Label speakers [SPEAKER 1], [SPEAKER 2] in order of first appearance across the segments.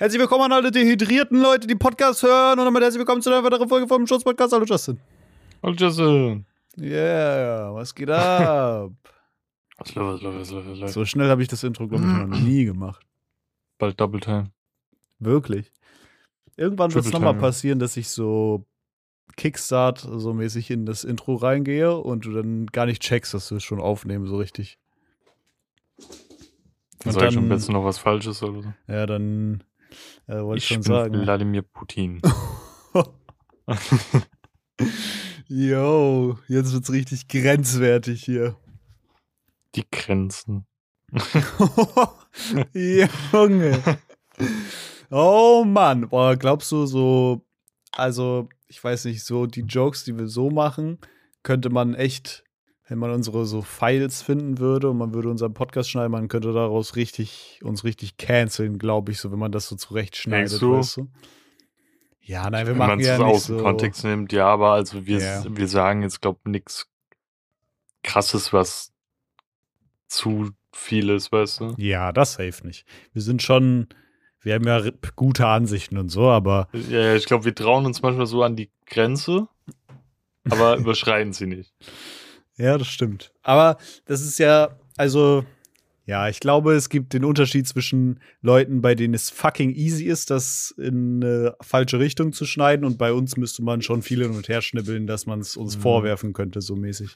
[SPEAKER 1] Herzlich willkommen an alle dehydrierten Leute, die Podcasts hören und damit herzlich willkommen zu einer weiteren Folge vom Schutz-Podcast. Hallo Justin.
[SPEAKER 2] Hallo Justin.
[SPEAKER 1] Yeah, was geht ab?
[SPEAKER 2] Was läuft?
[SPEAKER 1] So schnell habe ich das Intro, glaube ich, noch nie gemacht.
[SPEAKER 2] Bald Double Time.
[SPEAKER 1] Wirklich. Irgendwann wird es
[SPEAKER 2] Triple
[SPEAKER 1] nochmal
[SPEAKER 2] Time, ja.
[SPEAKER 1] passieren, dass ich so Kickstart so mäßig in das Intro reingehe und du dann gar nicht checkst, dass wir es schon aufnehmen, so richtig. Und
[SPEAKER 2] Sag ich am
[SPEAKER 1] dann,
[SPEAKER 2] besten noch was Falsches oder so?
[SPEAKER 1] ja, dann wollte ich schon
[SPEAKER 2] bin
[SPEAKER 1] sagen.
[SPEAKER 2] Wladimir Putin.
[SPEAKER 1] Yo, jetzt wird's richtig grenzwertig hier.
[SPEAKER 2] Die Grenzen.
[SPEAKER 1] Junge. Oh Mann. Boah, glaubst du so, also, ich weiß nicht, so die Jokes, die wir so machen, könnte man echt, wenn man unsere so Files finden würde und man würde unseren Podcast schneiden, man könnte daraus uns richtig canceln, glaube ich, so, wenn man das so zurechtschneidet,
[SPEAKER 2] Denkst du?
[SPEAKER 1] weißt du? Ja, nein, wir
[SPEAKER 2] Wenn man
[SPEAKER 1] machen
[SPEAKER 2] es
[SPEAKER 1] ja nicht
[SPEAKER 2] aus dem
[SPEAKER 1] so.
[SPEAKER 2] Kontext nimmt, ja, aber also
[SPEAKER 1] Ja.
[SPEAKER 2] wir sagen jetzt, glaube ich, nichts Krasses, was zu viel ist, weißt du?
[SPEAKER 1] Ja, das safe nicht. Wir haben ja gute Ansichten und so, aber
[SPEAKER 2] Ja, ich glaube, wir trauen uns manchmal so an die Grenze, aber überschreiten sie nicht.
[SPEAKER 1] ja, das stimmt. Aber das ist ja, also, ja, ich glaube, es gibt den Unterschied zwischen Leuten, bei denen es fucking easy ist, das in eine falsche Richtung zu schneiden, und bei uns müsste man schon viel hin und her schnibbeln, dass man es uns vorwerfen könnte, so mäßig.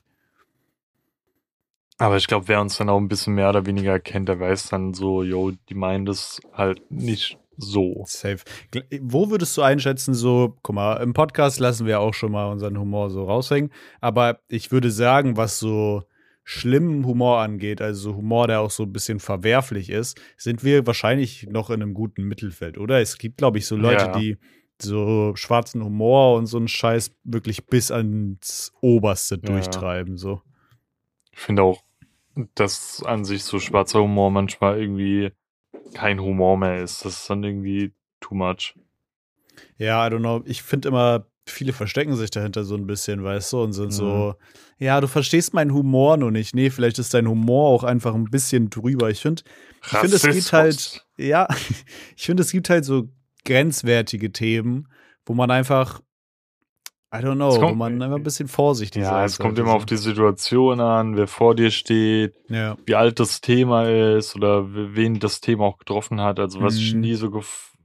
[SPEAKER 2] Aber ich glaube, wer uns dann auch ein bisschen mehr oder weniger kennt, der weiß dann so, yo, die meinen das halt nicht so.
[SPEAKER 1] Safe. Wo würdest du einschätzen, so, guck mal, im Podcast lassen wir auch schon mal unseren Humor so raushängen, aber ich würde sagen, was so schlimmen Humor angeht, also so Humor, der auch so ein bisschen verwerflich ist, sind wir wahrscheinlich noch in einem guten Mittelfeld, oder? Es gibt, glaube ich, so Leute,
[SPEAKER 2] Ja.
[SPEAKER 1] die so schwarzen Humor und so einen Scheiß wirklich bis ans Oberste durchtreiben, so.
[SPEAKER 2] Ich finde auch, dass an sich so schwarzer Humor manchmal irgendwie kein Humor mehr ist. Das ist dann irgendwie too much.
[SPEAKER 1] Ja, I don't know. Ich finde immer, viele verstecken sich dahinter so ein bisschen, weißt du, und sind so, ja, du verstehst meinen Humor nur nicht. Nee, vielleicht ist dein Humor auch einfach ein bisschen drüber. Ich finde, es gibt halt, ja, ich finde, es gibt halt so grenzwertige Themen, wo man einfach, I don't know, wo man einfach ein bisschen vorsichtig sein
[SPEAKER 2] Ja, es kommt
[SPEAKER 1] sollte,
[SPEAKER 2] immer
[SPEAKER 1] so.
[SPEAKER 2] auf die Situation an, wer vor dir steht,
[SPEAKER 1] Ja.
[SPEAKER 2] wie alt das Thema ist oder wen das Thema auch getroffen hat. Also was ich
[SPEAKER 1] Mhm.
[SPEAKER 2] nie so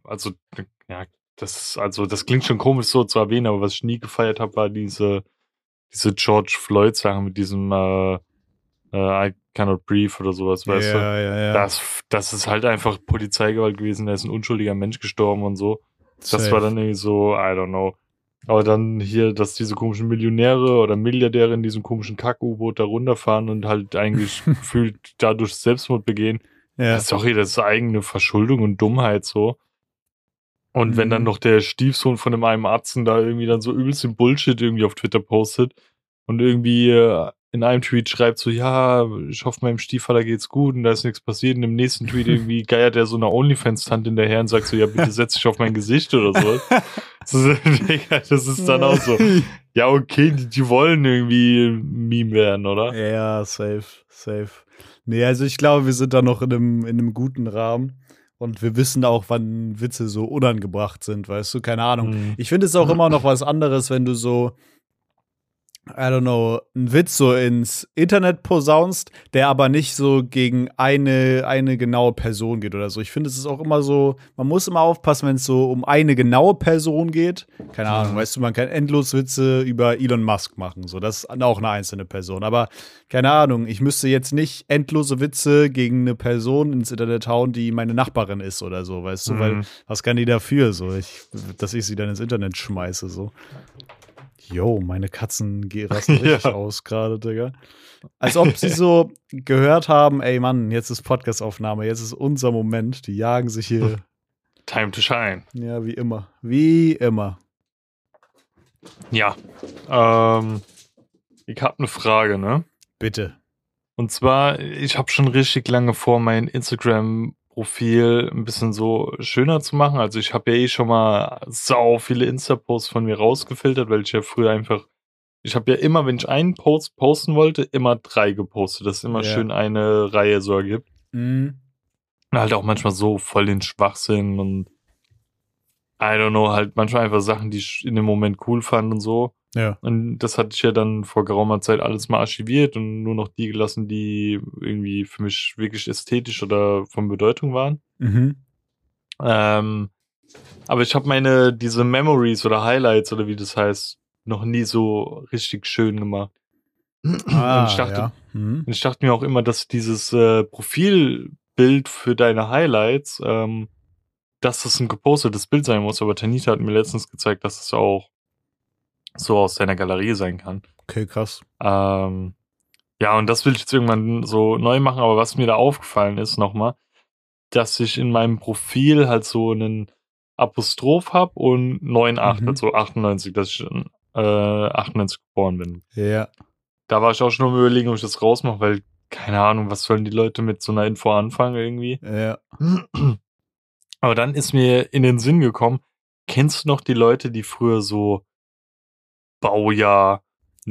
[SPEAKER 2] das klingt schon komisch so zu erwähnen, aber was ich nie gefeiert habe, war diese George Floyd-Sache mit diesem I cannot breathe oder sowas, weißt du?
[SPEAKER 1] Ja.
[SPEAKER 2] Das ist halt einfach Polizeigewalt gewesen, da ist ein unschuldiger Mensch gestorben und so. Das
[SPEAKER 1] Safe.
[SPEAKER 2] war dann irgendwie so, I don't know. Aber dann hier, dass diese komischen Millionäre oder Milliardäre in diesem komischen Kack-U-Boot da runterfahren und halt eigentlich gefühlt dadurch Selbstmord begehen.
[SPEAKER 1] Ja.
[SPEAKER 2] Sorry, das ist eigene Verschuldung und Dummheit so. Und wenn dann noch der Stiefsohn von dem einen Arzt da irgendwie dann so übelst den Bullshit irgendwie auf Twitter postet und irgendwie in einem Tweet schreibt so, ja, ich hoffe, meinem Stiefvater geht's gut und da ist nichts passiert. Und im nächsten Tweet irgendwie geiert er so eine OnlyFans-Tante hinterher und sagt so, ja, bitte setz dich auf mein Gesicht oder so. Das ist dann auch so, ja, okay, die wollen irgendwie ein Meme werden, oder?
[SPEAKER 1] Ja, safe. Nee, also ich glaube, wir sind da noch in einem guten Rahmen. Und wir wissen auch, wann Witze so unangebracht sind, weißt du? Keine Ahnung. Ich finde es auch immer noch was anderes, wenn du so, I don't know, einen Witz so ins Internet posaunst, der aber nicht so gegen eine genaue Person geht oder so. Ich finde, es ist auch immer so, man muss immer aufpassen, wenn es so um eine genaue Person geht. Keine Ahnung, weißt du, man kann endlos Witze über Elon Musk machen. So, das ist auch eine einzelne Person. Aber keine Ahnung, ich müsste jetzt nicht endlose Witze gegen eine Person ins Internet hauen, die meine Nachbarin ist oder so, weißt du, weil was kann die dafür? So, dass ich sie dann ins Internet schmeiße, so. Jo, meine Katzen rasten richtig aus gerade, Digga. Als ob sie so gehört haben, ey Mann, jetzt ist Podcast-Aufnahme, jetzt ist unser Moment. Die jagen sich hier.
[SPEAKER 2] Time to shine.
[SPEAKER 1] Ja, wie immer. Wie immer.
[SPEAKER 2] Ja. Ich habe eine Frage, ne?
[SPEAKER 1] Bitte.
[SPEAKER 2] Und zwar, ich habe schon richtig lange vor, mein Instagram-Profil ein bisschen so schöner zu machen. Also ich habe ja schon mal sau viele Insta-Posts von mir rausgefiltert, weil ich ja früher ich habe ja immer, wenn ich einen Post posten wollte, immer 3 gepostet, dass es immer schön eine Reihe so ergibt.
[SPEAKER 1] Mhm.
[SPEAKER 2] Und halt auch manchmal so voll den Schwachsinn und I don't know, halt manchmal einfach Sachen, die ich in dem Moment cool fand und so.
[SPEAKER 1] Ja.
[SPEAKER 2] Und das hatte ich ja dann vor geraumer Zeit alles mal archiviert und nur noch die gelassen, die irgendwie für mich wirklich ästhetisch oder von Bedeutung waren.
[SPEAKER 1] Mhm.
[SPEAKER 2] Aber ich habe diese Memories oder Highlights oder wie das heißt, noch nie so richtig schön gemacht. Und ich dachte mir auch immer, dass dieses Profilbild für deine Highlights, dass das ein gepostetes Bild sein muss. Aber Tanita hat mir letztens gezeigt, dass es auch so aus deiner Galerie sein kann.
[SPEAKER 1] Okay, krass.
[SPEAKER 2] Ja, und das will ich jetzt irgendwann so neu machen. Aber was mir da aufgefallen ist nochmal, dass ich in meinem Profil halt so einen Apostroph habe und 98, also 98, dass ich 98 geboren bin.
[SPEAKER 1] Ja.
[SPEAKER 2] Da war ich auch schon am Überlegen, ob ich das rausmache, weil, keine Ahnung, was sollen die Leute mit so einer Info anfangen irgendwie.
[SPEAKER 1] Ja.
[SPEAKER 2] Aber dann ist mir in den Sinn gekommen, kennst du noch die Leute, die früher so Baujahr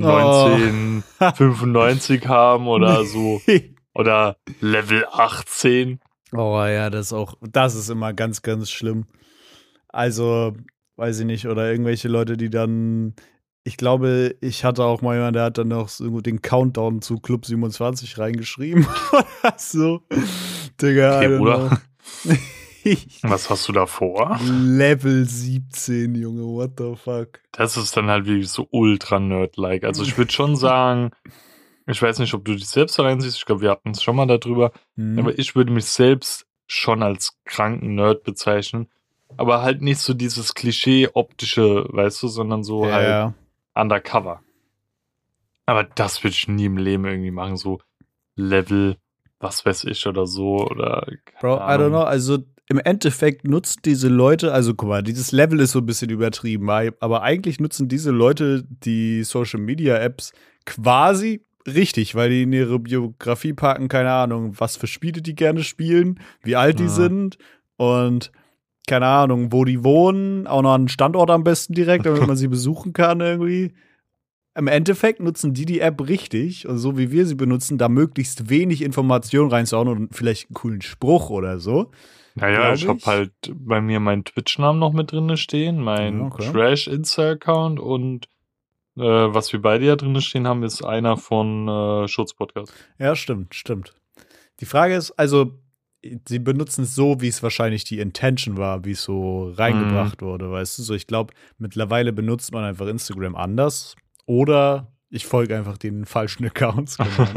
[SPEAKER 2] 1995 haben oder so, oder Level 18?
[SPEAKER 1] Oh ja, das ist immer ganz, ganz schlimm. Also, weiß ich nicht, oder irgendwelche Leute, die dann, ich glaube, ich hatte auch mal jemanden, der hat dann noch so den Countdown zu Club 27 reingeschrieben. Oder so. Digga,
[SPEAKER 2] okay, Bruder. Was hast du da vor?
[SPEAKER 1] Level 17, Junge, what the fuck?
[SPEAKER 2] Das ist dann halt wie so ultra nerd-like. Also ich würde schon sagen, ich weiß nicht, ob du dich selbst da reinsiehst, ich glaube, wir hatten es schon mal darüber, aber ich würde mich selbst schon als kranken Nerd bezeichnen, aber halt nicht so dieses Klischee-optische, weißt du, sondern so halt undercover. Aber das würde ich nie im Leben irgendwie machen, so Level, was weiß ich oder so, oder
[SPEAKER 1] Bro, I don't know, also im Endeffekt nutzen diese Leute, also guck mal, dieses Level ist so ein bisschen übertrieben, aber eigentlich nutzen diese Leute die Social-Media-Apps quasi richtig, weil die in ihre Biografie packen, keine Ahnung, was für Spiele die gerne spielen, wie alt die sind und keine Ahnung, wo die wohnen, auch noch einen Standort am besten direkt, damit man sie besuchen kann irgendwie. Im Endeffekt nutzen die App richtig und so wie wir sie benutzen, da möglichst wenig Informationen reinzuhauen und vielleicht einen coolen Spruch oder so.
[SPEAKER 2] Naja, ich habe halt bei mir meinen Twitch-Namen noch mit drin stehen, mein Trash-Insta-Account und was wir beide ja drin stehen haben, ist einer von Schutz-Podcast.
[SPEAKER 1] Ja, stimmt. Die Frage ist, also, sie benutzen es so, wie es wahrscheinlich die Intention war, wie es so reingebracht wurde, weißt du? So, ich glaube, mittlerweile benutzt man einfach Instagram anders oder ich folge einfach den falschen Accounts.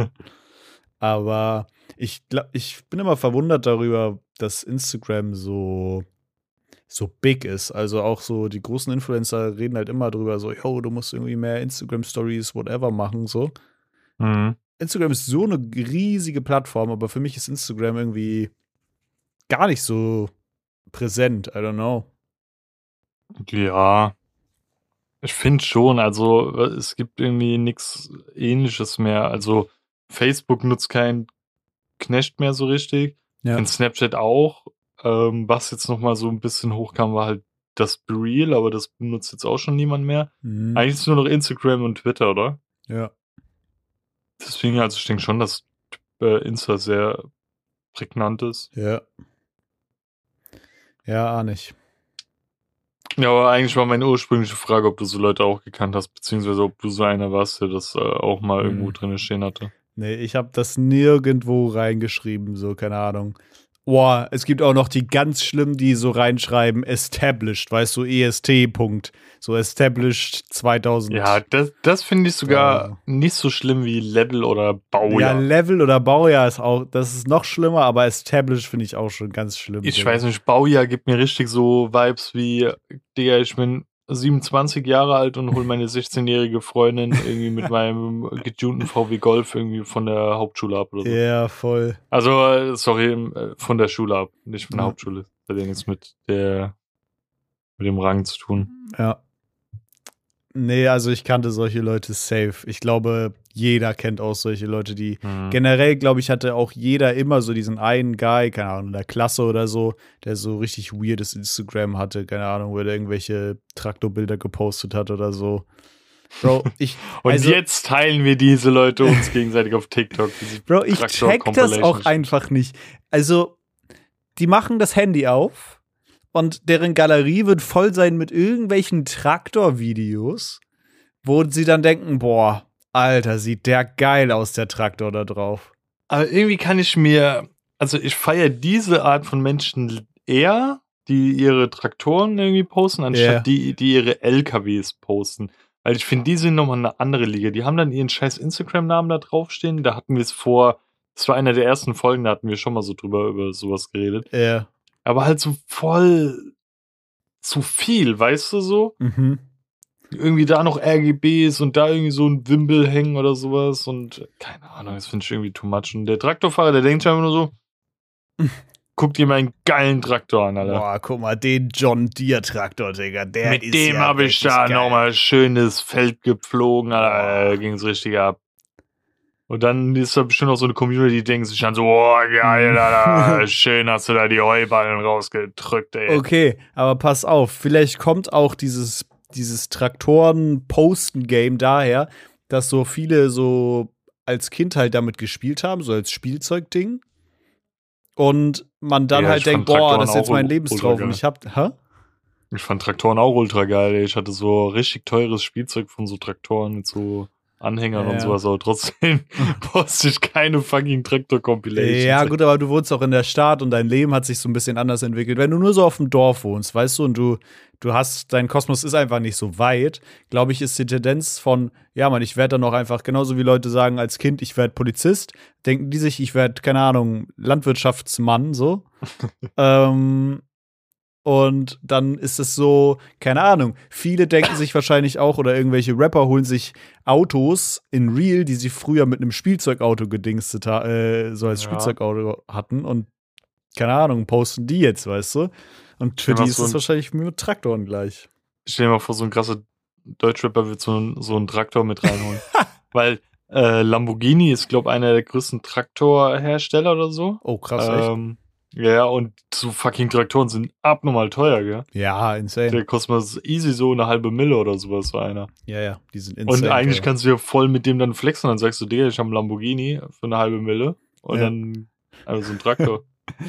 [SPEAKER 1] Aber ich bin immer verwundert darüber, dass Instagram so big ist. Also auch so die großen Influencer reden halt immer drüber, so, yo, du musst irgendwie mehr Instagram-Stories, whatever machen, so. Instagram ist so eine riesige Plattform, aber für mich ist Instagram irgendwie gar nicht so präsent. I don't know.
[SPEAKER 2] Ja, ich finde schon, also es gibt irgendwie nichts Ähnliches mehr. Also Facebook nutzt kein Knecht mehr so richtig.
[SPEAKER 1] Ja.
[SPEAKER 2] In Snapchat auch. Was jetzt noch mal so ein bisschen hochkam, war halt das BeReal, aber das benutzt jetzt auch schon niemand mehr. Eigentlich ist es nur noch Instagram und Twitter, oder?
[SPEAKER 1] Ja.
[SPEAKER 2] Deswegen, also ich denke schon, dass Insta sehr prägnant ist.
[SPEAKER 1] Ja. Ja, auch nicht.
[SPEAKER 2] Ja, aber eigentlich war meine ursprüngliche Frage, ob du so Leute auch gekannt hast, beziehungsweise ob du so einer warst, der das auch mal irgendwo drin stehen hatte.
[SPEAKER 1] Nee, ich habe das nirgendwo reingeschrieben, so, keine Ahnung. Boah, es gibt auch noch die ganz schlimm, die so reinschreiben, established, weißt du, EST, Punkt. So established 2000.
[SPEAKER 2] Ja, das finde ich sogar nicht so schlimm wie Level oder Baujahr.
[SPEAKER 1] Ja, Level oder Baujahr das ist noch schlimmer, aber established finde ich auch schon ganz schlimm.
[SPEAKER 2] Ich weiß nicht, Baujahr gibt mir richtig so Vibes wie, Digga, ich bin 27 Jahre alt und hole meine 16-jährige Freundin irgendwie mit meinem getunten VW Golf irgendwie von der Hauptschule ab oder so.
[SPEAKER 1] Ja, voll.
[SPEAKER 2] Also, sorry, von der Schule ab, nicht von der Hauptschule. Das hat ja nichts mit dem Rang zu tun.
[SPEAKER 1] Ja. Nee, also ich kannte solche Leute safe. Ich glaube, jeder kennt auch solche Leute, die generell, glaube ich, hatte auch jeder immer so diesen einen Guy, keine Ahnung, in der Klasse oder so, der so richtig weirdes Instagram hatte, keine Ahnung, wo der irgendwelche Traktorbilder gepostet hat oder so. Bro,
[SPEAKER 2] Und jetzt teilen wir diese Leute uns gegenseitig auf TikTok.
[SPEAKER 1] Bro, ich check das auch einfach nicht. Also, die machen das Handy auf und deren Galerie wird voll sein mit irgendwelchen Traktorvideos, wo sie dann denken, boah, Alter, sieht der geil aus, der Traktor da drauf.
[SPEAKER 2] Aber irgendwie kann ich ich feiere diese Art von Menschen eher, die ihre Traktoren irgendwie posten, anstatt die ihre LKWs posten. Weil ich finde, die sind nochmal eine andere Liga. Die haben dann ihren scheiß Instagram-Namen da draufstehen. Da hatten wir es das war einer der ersten Folgen, da hatten wir schon mal so über sowas geredet.
[SPEAKER 1] Ja.
[SPEAKER 2] Aber halt so voll zu viel, weißt du so?
[SPEAKER 1] Mhm.
[SPEAKER 2] Irgendwie da noch RGBs und da irgendwie so ein Wimpel hängen oder sowas und keine Ahnung, das finde ich irgendwie too much. Und der Traktorfahrer, der denkt einfach nur so, guck dir meinen geilen Traktor an, Alter.
[SPEAKER 1] Boah, guck mal, den John Deere Traktor, Digga, der
[SPEAKER 2] Mit
[SPEAKER 1] ist
[SPEAKER 2] dem
[SPEAKER 1] ja
[SPEAKER 2] habe ich da
[SPEAKER 1] geil.
[SPEAKER 2] nochmal schönes Feld gepflogen, Alter, da ging's richtig ab. Und dann ist da bestimmt auch so eine Community, die denkt sich dann so, oh, geil, Alter, schön hast du da die Heuballen rausgedrückt, ey.
[SPEAKER 1] Okay, aber pass auf, vielleicht kommt auch dieses Traktoren-Posten-Game daher, dass so viele so als Kind halt damit gespielt haben, so als Spielzeugding. Und man dann halt denkt, boah, das ist jetzt mein Lebenstraum. Und ich
[SPEAKER 2] fand Traktoren auch ultra geil, ey. Ich hatte so richtig teures Spielzeug von so Traktoren mit so Anhängern und sowas, aber trotzdem poste ich keine fucking Traktor-Compilations.
[SPEAKER 1] Ja, gut, aber du wohnst auch in der Stadt und dein Leben hat sich so ein bisschen anders entwickelt. Wenn du nur so auf dem Dorf wohnst, weißt du, und du hast, dein Kosmos ist einfach nicht so weit, glaube ich, ist die Tendenz von, ja, Mann, ich werde dann auch einfach, genauso wie Leute sagen als Kind, ich werde Polizist, denken die sich, ich werde, keine Ahnung, Landwirtschaftsmann, so. Und dann ist es so, keine Ahnung, viele denken sich wahrscheinlich auch, oder irgendwelche Rapper holen sich Autos in Real, die sie früher mit einem Spielzeugauto gedingstet so als Spielzeugauto hatten und, keine Ahnung, posten die jetzt, weißt du? Und für die ist es wahrscheinlich mit Traktoren gleich.
[SPEAKER 2] Ich stell dir mal vor, so ein krasser Deutschrapper wird so einen Traktor mit reinholen. Weil Lamborghini ist, glaube ich, einer der größten Traktorhersteller oder so.
[SPEAKER 1] Oh, krass, echt?
[SPEAKER 2] Ja, und so fucking Traktoren sind abnormal teuer, gell?
[SPEAKER 1] Ja, insane.
[SPEAKER 2] Der kostet mal easy so eine halbe Mille oder sowas für einer.
[SPEAKER 1] Ja, die sind insane.
[SPEAKER 2] Und eigentlich kannst du ja voll mit dem dann flexen. Dann sagst du, Digga, ich habe einen Lamborghini für eine halbe Mille. Und dann so ein Traktor.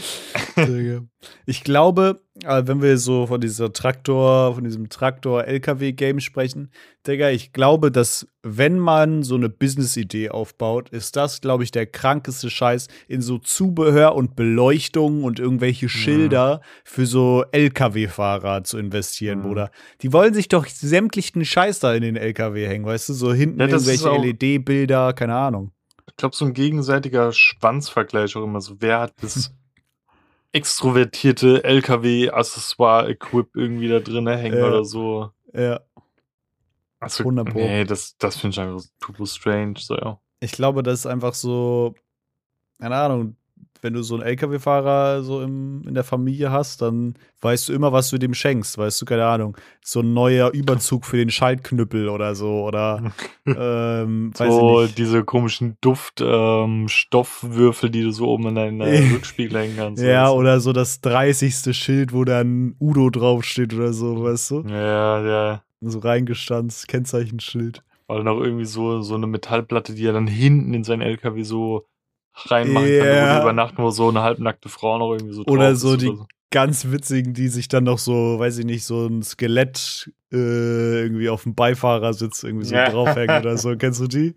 [SPEAKER 1] Ich glaube, wenn wir so von diesem Traktor-LKW-Game sprechen, Digga, ich glaube, dass wenn man so eine Business-Idee aufbaut, ist das, glaube ich, der krankeste Scheiß, in so Zubehör und Beleuchtung und irgendwelche Schilder für so LKW-Fahrer zu investieren, Bruder. Die wollen sich doch sämtlichen Scheiß da in den LKW hängen, weißt du, so hinten irgendwelche LED-Bilder, keine Ahnung.
[SPEAKER 2] Ich glaube, so ein gegenseitiger Schwanzvergleich auch immer so, wer hat das extrovertierte LKW-Accessoire-Equip irgendwie da drin hängen oder so.
[SPEAKER 1] Ja.
[SPEAKER 2] Also, nee, das finde ich einfach super strange. So, ja.
[SPEAKER 1] Ich glaube, das ist einfach so, keine Ahnung, wenn du so einen LKW-Fahrer so in der Familie hast, dann weißt du immer, was du dem schenkst, weißt du, keine Ahnung, so ein neuer Überzug für den Schaltknüppel oder so, oder weiß ich nicht.
[SPEAKER 2] Diese komischen Stoffwürfel, die du so oben in deinen Rückspiegel hängen kannst.
[SPEAKER 1] Ja, oder so das 30. Schild, wo dann Udo draufsteht oder so, weißt du?
[SPEAKER 2] Ja.
[SPEAKER 1] So reingestanzt, Kennzeichenschild.
[SPEAKER 2] Oder noch irgendwie so eine Metallplatte, die er dann hinten in seinen LKW so reinmachen kann, wo du übernachten, wo so eine halbnackte Frau noch irgendwie so drauf
[SPEAKER 1] oder
[SPEAKER 2] ist.
[SPEAKER 1] So die ganz witzigen, die sich dann noch so, weiß ich nicht, so ein Skelett irgendwie auf dem Beifahrersitz irgendwie so draufhängen oder so. Kennst du die?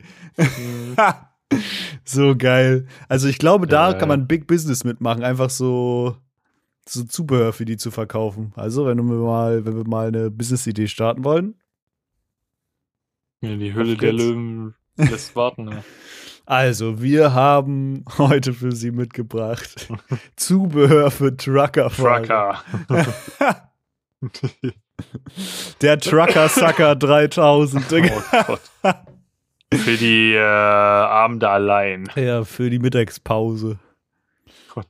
[SPEAKER 1] So geil. Also ich glaube, da kann man Big Business mitmachen, einfach so Zubehör für die zu verkaufen. Also, wenn wir mal eine Business-Idee starten wollen.
[SPEAKER 2] Ja, die Höhle der Löwen lässt warten, ja.
[SPEAKER 1] Also, wir haben heute für Sie mitgebracht Zubehör für Trucker. Der Trucker-Sucker 3000.
[SPEAKER 2] Oh Gott. Für die Abende allein.
[SPEAKER 1] Ja, für die Mittagspause.
[SPEAKER 2] Gott,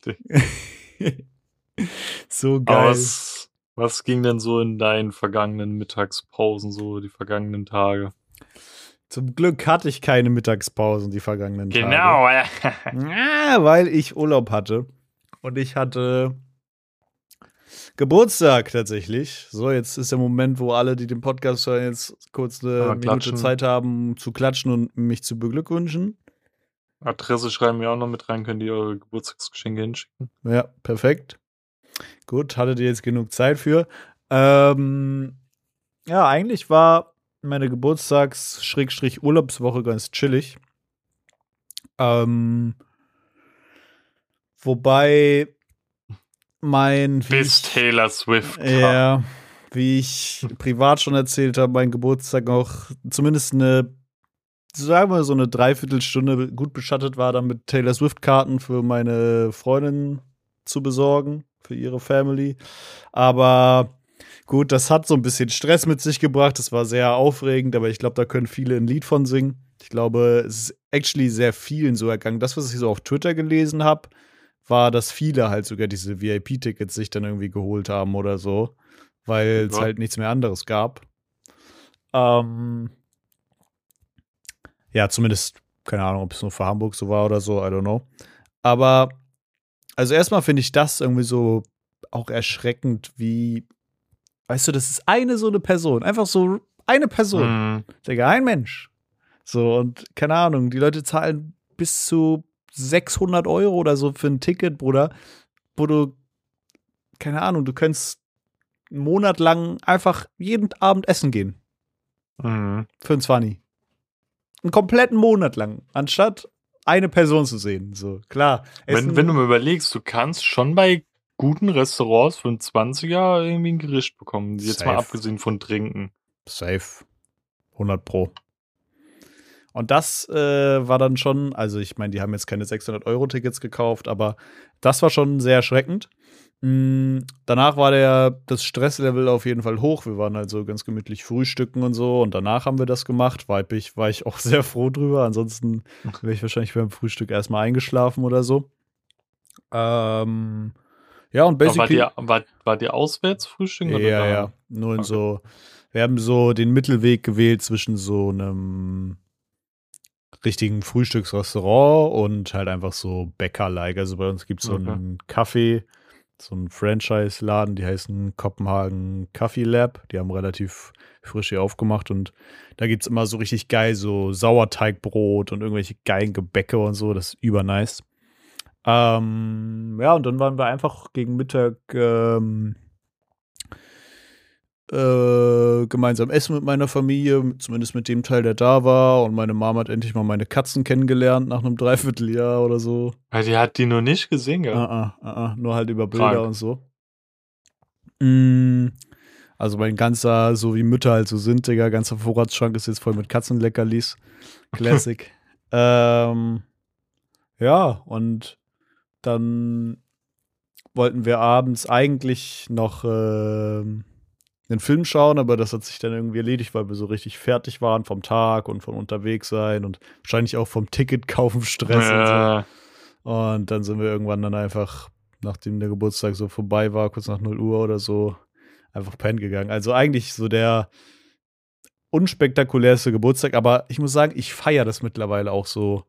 [SPEAKER 1] so geil.
[SPEAKER 2] Aber was ging denn so in deinen vergangenen Mittagspausen, so die vergangenen Tage?
[SPEAKER 1] Zum Glück hatte ich keine Mittagspausen die vergangenen Tage.
[SPEAKER 2] Genau.
[SPEAKER 1] Ja, weil ich Urlaub hatte. Und ich hatte Geburtstag tatsächlich. So, jetzt ist der Moment, wo alle, die den Podcast hören, jetzt kurz eine Minute Zeit haben, zu klatschen und mich zu beglückwünschen.
[SPEAKER 2] Adresse schreiben wir auch noch mit rein, können die eure Geburtstagsgeschenke hinschicken.
[SPEAKER 1] Ja, perfekt. Gut, hattet ihr jetzt genug Zeit für. Ja, eigentlich war meine Geburtstags-Urlaubswoche ganz chillig. Wobei
[SPEAKER 2] Bis Taylor Swift kam.
[SPEAKER 1] Ja, wie ich privat schon erzählt habe, mein Geburtstag auch zumindest sagen wir so eine Dreiviertelstunde gut beschattet war, dann mit Taylor Swift-Karten für meine Freundin zu besorgen, für ihre Family. Aber gut, das hat so ein bisschen Stress mit sich gebracht. Das war sehr aufregend, aber ich glaube, da können viele ein Lied von singen. Ich glaube, es ist actually sehr vielen so ergangen. Das, was ich so auf Twitter gelesen habe, war, dass viele halt sogar diese VIP-Tickets sich dann irgendwie geholt haben oder so, weil es halt nichts mehr anderes gab. Ja, zumindest, keine Ahnung, ob es nur für Hamburg so war oder so, I don't know. Aber, also erstmal finde ich das irgendwie so auch erschreckend, wie, weißt du, das ist so eine Person, einfach so eine Person, Digga, ein Mensch. So, und keine Ahnung, die Leute zahlen bis zu 600 € oder so für ein Ticket, Bruder, wo du, keine Ahnung, du könntest einen Monat lang einfach jeden Abend essen gehen. Für ein 20. Einen kompletten Monat lang, anstatt eine Person zu sehen. So, klar.
[SPEAKER 2] Wenn du mal überlegst, du kannst schon bei guten Restaurants für einen 20er irgendwie ein Gericht bekommen. Jetzt mal abgesehen von Trinken.
[SPEAKER 1] Safe. 100 Pro. Und das war dann schon, also ich meine, die haben jetzt keine 600-€ Tickets gekauft, aber das war schon sehr erschreckend. Danach war das Stresslevel auf jeden Fall hoch. Wir waren halt so ganz gemütlich frühstücken und so. Und danach haben wir das gemacht. War ich auch sehr froh drüber. Ansonsten wäre ich wahrscheinlich beim Frühstück erstmal eingeschlafen oder so. Ja, und basically.
[SPEAKER 2] War die auswärts frühstücken? Oder
[SPEAKER 1] ja. Nur in so. Wir haben so den Mittelweg gewählt zwischen so einem richtigen Frühstücksrestaurant und halt einfach so Bäcker-like. Also bei uns gibt es so einen Kaffee, so einen Franchise-Laden, die heißen Kopenhagen Coffee Lab. Die haben relativ frisch hier aufgemacht und da gibt es immer so richtig geil so Sauerteigbrot und irgendwelche geilen Gebäcke und so. Das ist übernice. Ja, und dann waren wir einfach gegen Mittag gemeinsam essen mit meiner Familie, zumindest mit dem Teil, der da war. Und meine Mama hat endlich mal meine Katzen kennengelernt nach einem Dreivierteljahr oder so.
[SPEAKER 2] Die hat die noch nicht gesehen,
[SPEAKER 1] ja? Nur halt über Bilder und so. Also mein ganzer, so wie Mütter halt so sind, Digga, ganzer Vorratsschrank ist jetzt voll mit Katzenleckerlis. Classic. Ja, und dann wollten wir abends eigentlich noch einen Film schauen, aber das hat sich dann irgendwie erledigt, weil wir so richtig fertig waren vom Tag und von unterwegs sein und wahrscheinlich auch vom Ticketkaufen Stress und so. Und dann sind wir irgendwann dann einfach, nachdem der Geburtstag so vorbei war, kurz nach 0 Uhr oder so, einfach pennen gegangen. Also eigentlich so der unspektakulärste Geburtstag, aber ich muss sagen, ich feiere das mittlerweile auch so.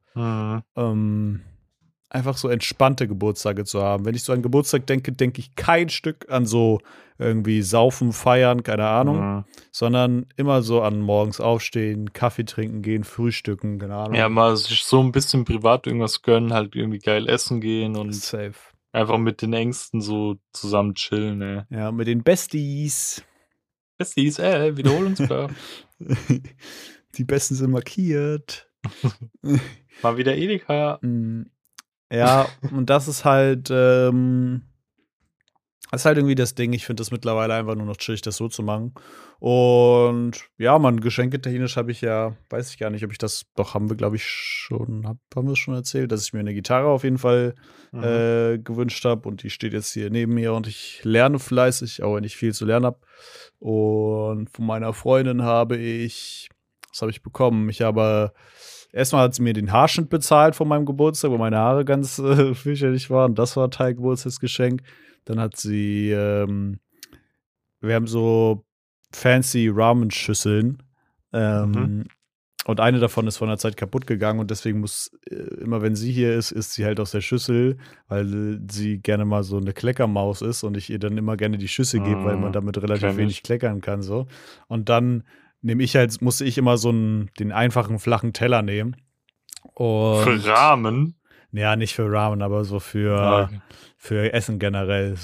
[SPEAKER 1] Einfach so entspannte Geburtstage zu haben. Wenn ich so an Geburtstag denke, denke ich kein Stück an so irgendwie saufen, feiern, keine Ahnung, sondern immer so an morgens aufstehen, Kaffee trinken gehen, frühstücken, keine Ahnung.
[SPEAKER 2] Ja, mal sich so ein bisschen privat irgendwas gönnen, halt irgendwie geil essen gehen und
[SPEAKER 1] safe.
[SPEAKER 2] Einfach mit den Ängsten so zusammen chillen, ey.
[SPEAKER 1] Ja, mit den Besties.
[SPEAKER 2] Wiederholungskraft.
[SPEAKER 1] Die Besten sind markiert.
[SPEAKER 2] Mal wieder Edeka.
[SPEAKER 1] Ja, und das ist halt irgendwie das Ding. Ich finde das mittlerweile einfach nur noch chillig, das so zu machen. Und ja, man, geschenketechnisch habe ich ja, weiß ich gar nicht, ob ich das, doch haben wir, glaube ich, schon, haben wir es schon erzählt, dass ich mir eine Gitarre auf jeden Fall gewünscht habe. Und die steht jetzt hier neben mir und ich lerne fleißig, auch wenn ich viel zu lernen habe. Und von meiner Freundin was habe ich bekommen? Erstmal hat sie mir den Haarschnitt bezahlt von meinem Geburtstag, wo meine Haare ganz fürchterlich waren. Das war Teil Geburtstagsgeschenk. Dann hat sie, wir haben so fancy Ramen-Schüsseln. Und eine davon ist von der Zeit kaputt gegangen und deswegen muss immer, wenn sie hier ist, isst sie halt aus der Schüssel, weil sie gerne mal so eine Kleckermaus ist und ich ihr dann immer gerne die Schüssel gebe, weil man damit relativ wenig kleckern kann. So. Und dann musste ich immer so den einfachen, flachen Teller nehmen. Und
[SPEAKER 2] für Ramen?
[SPEAKER 1] Ja, nicht für Ramen, aber so für Essen generell. So.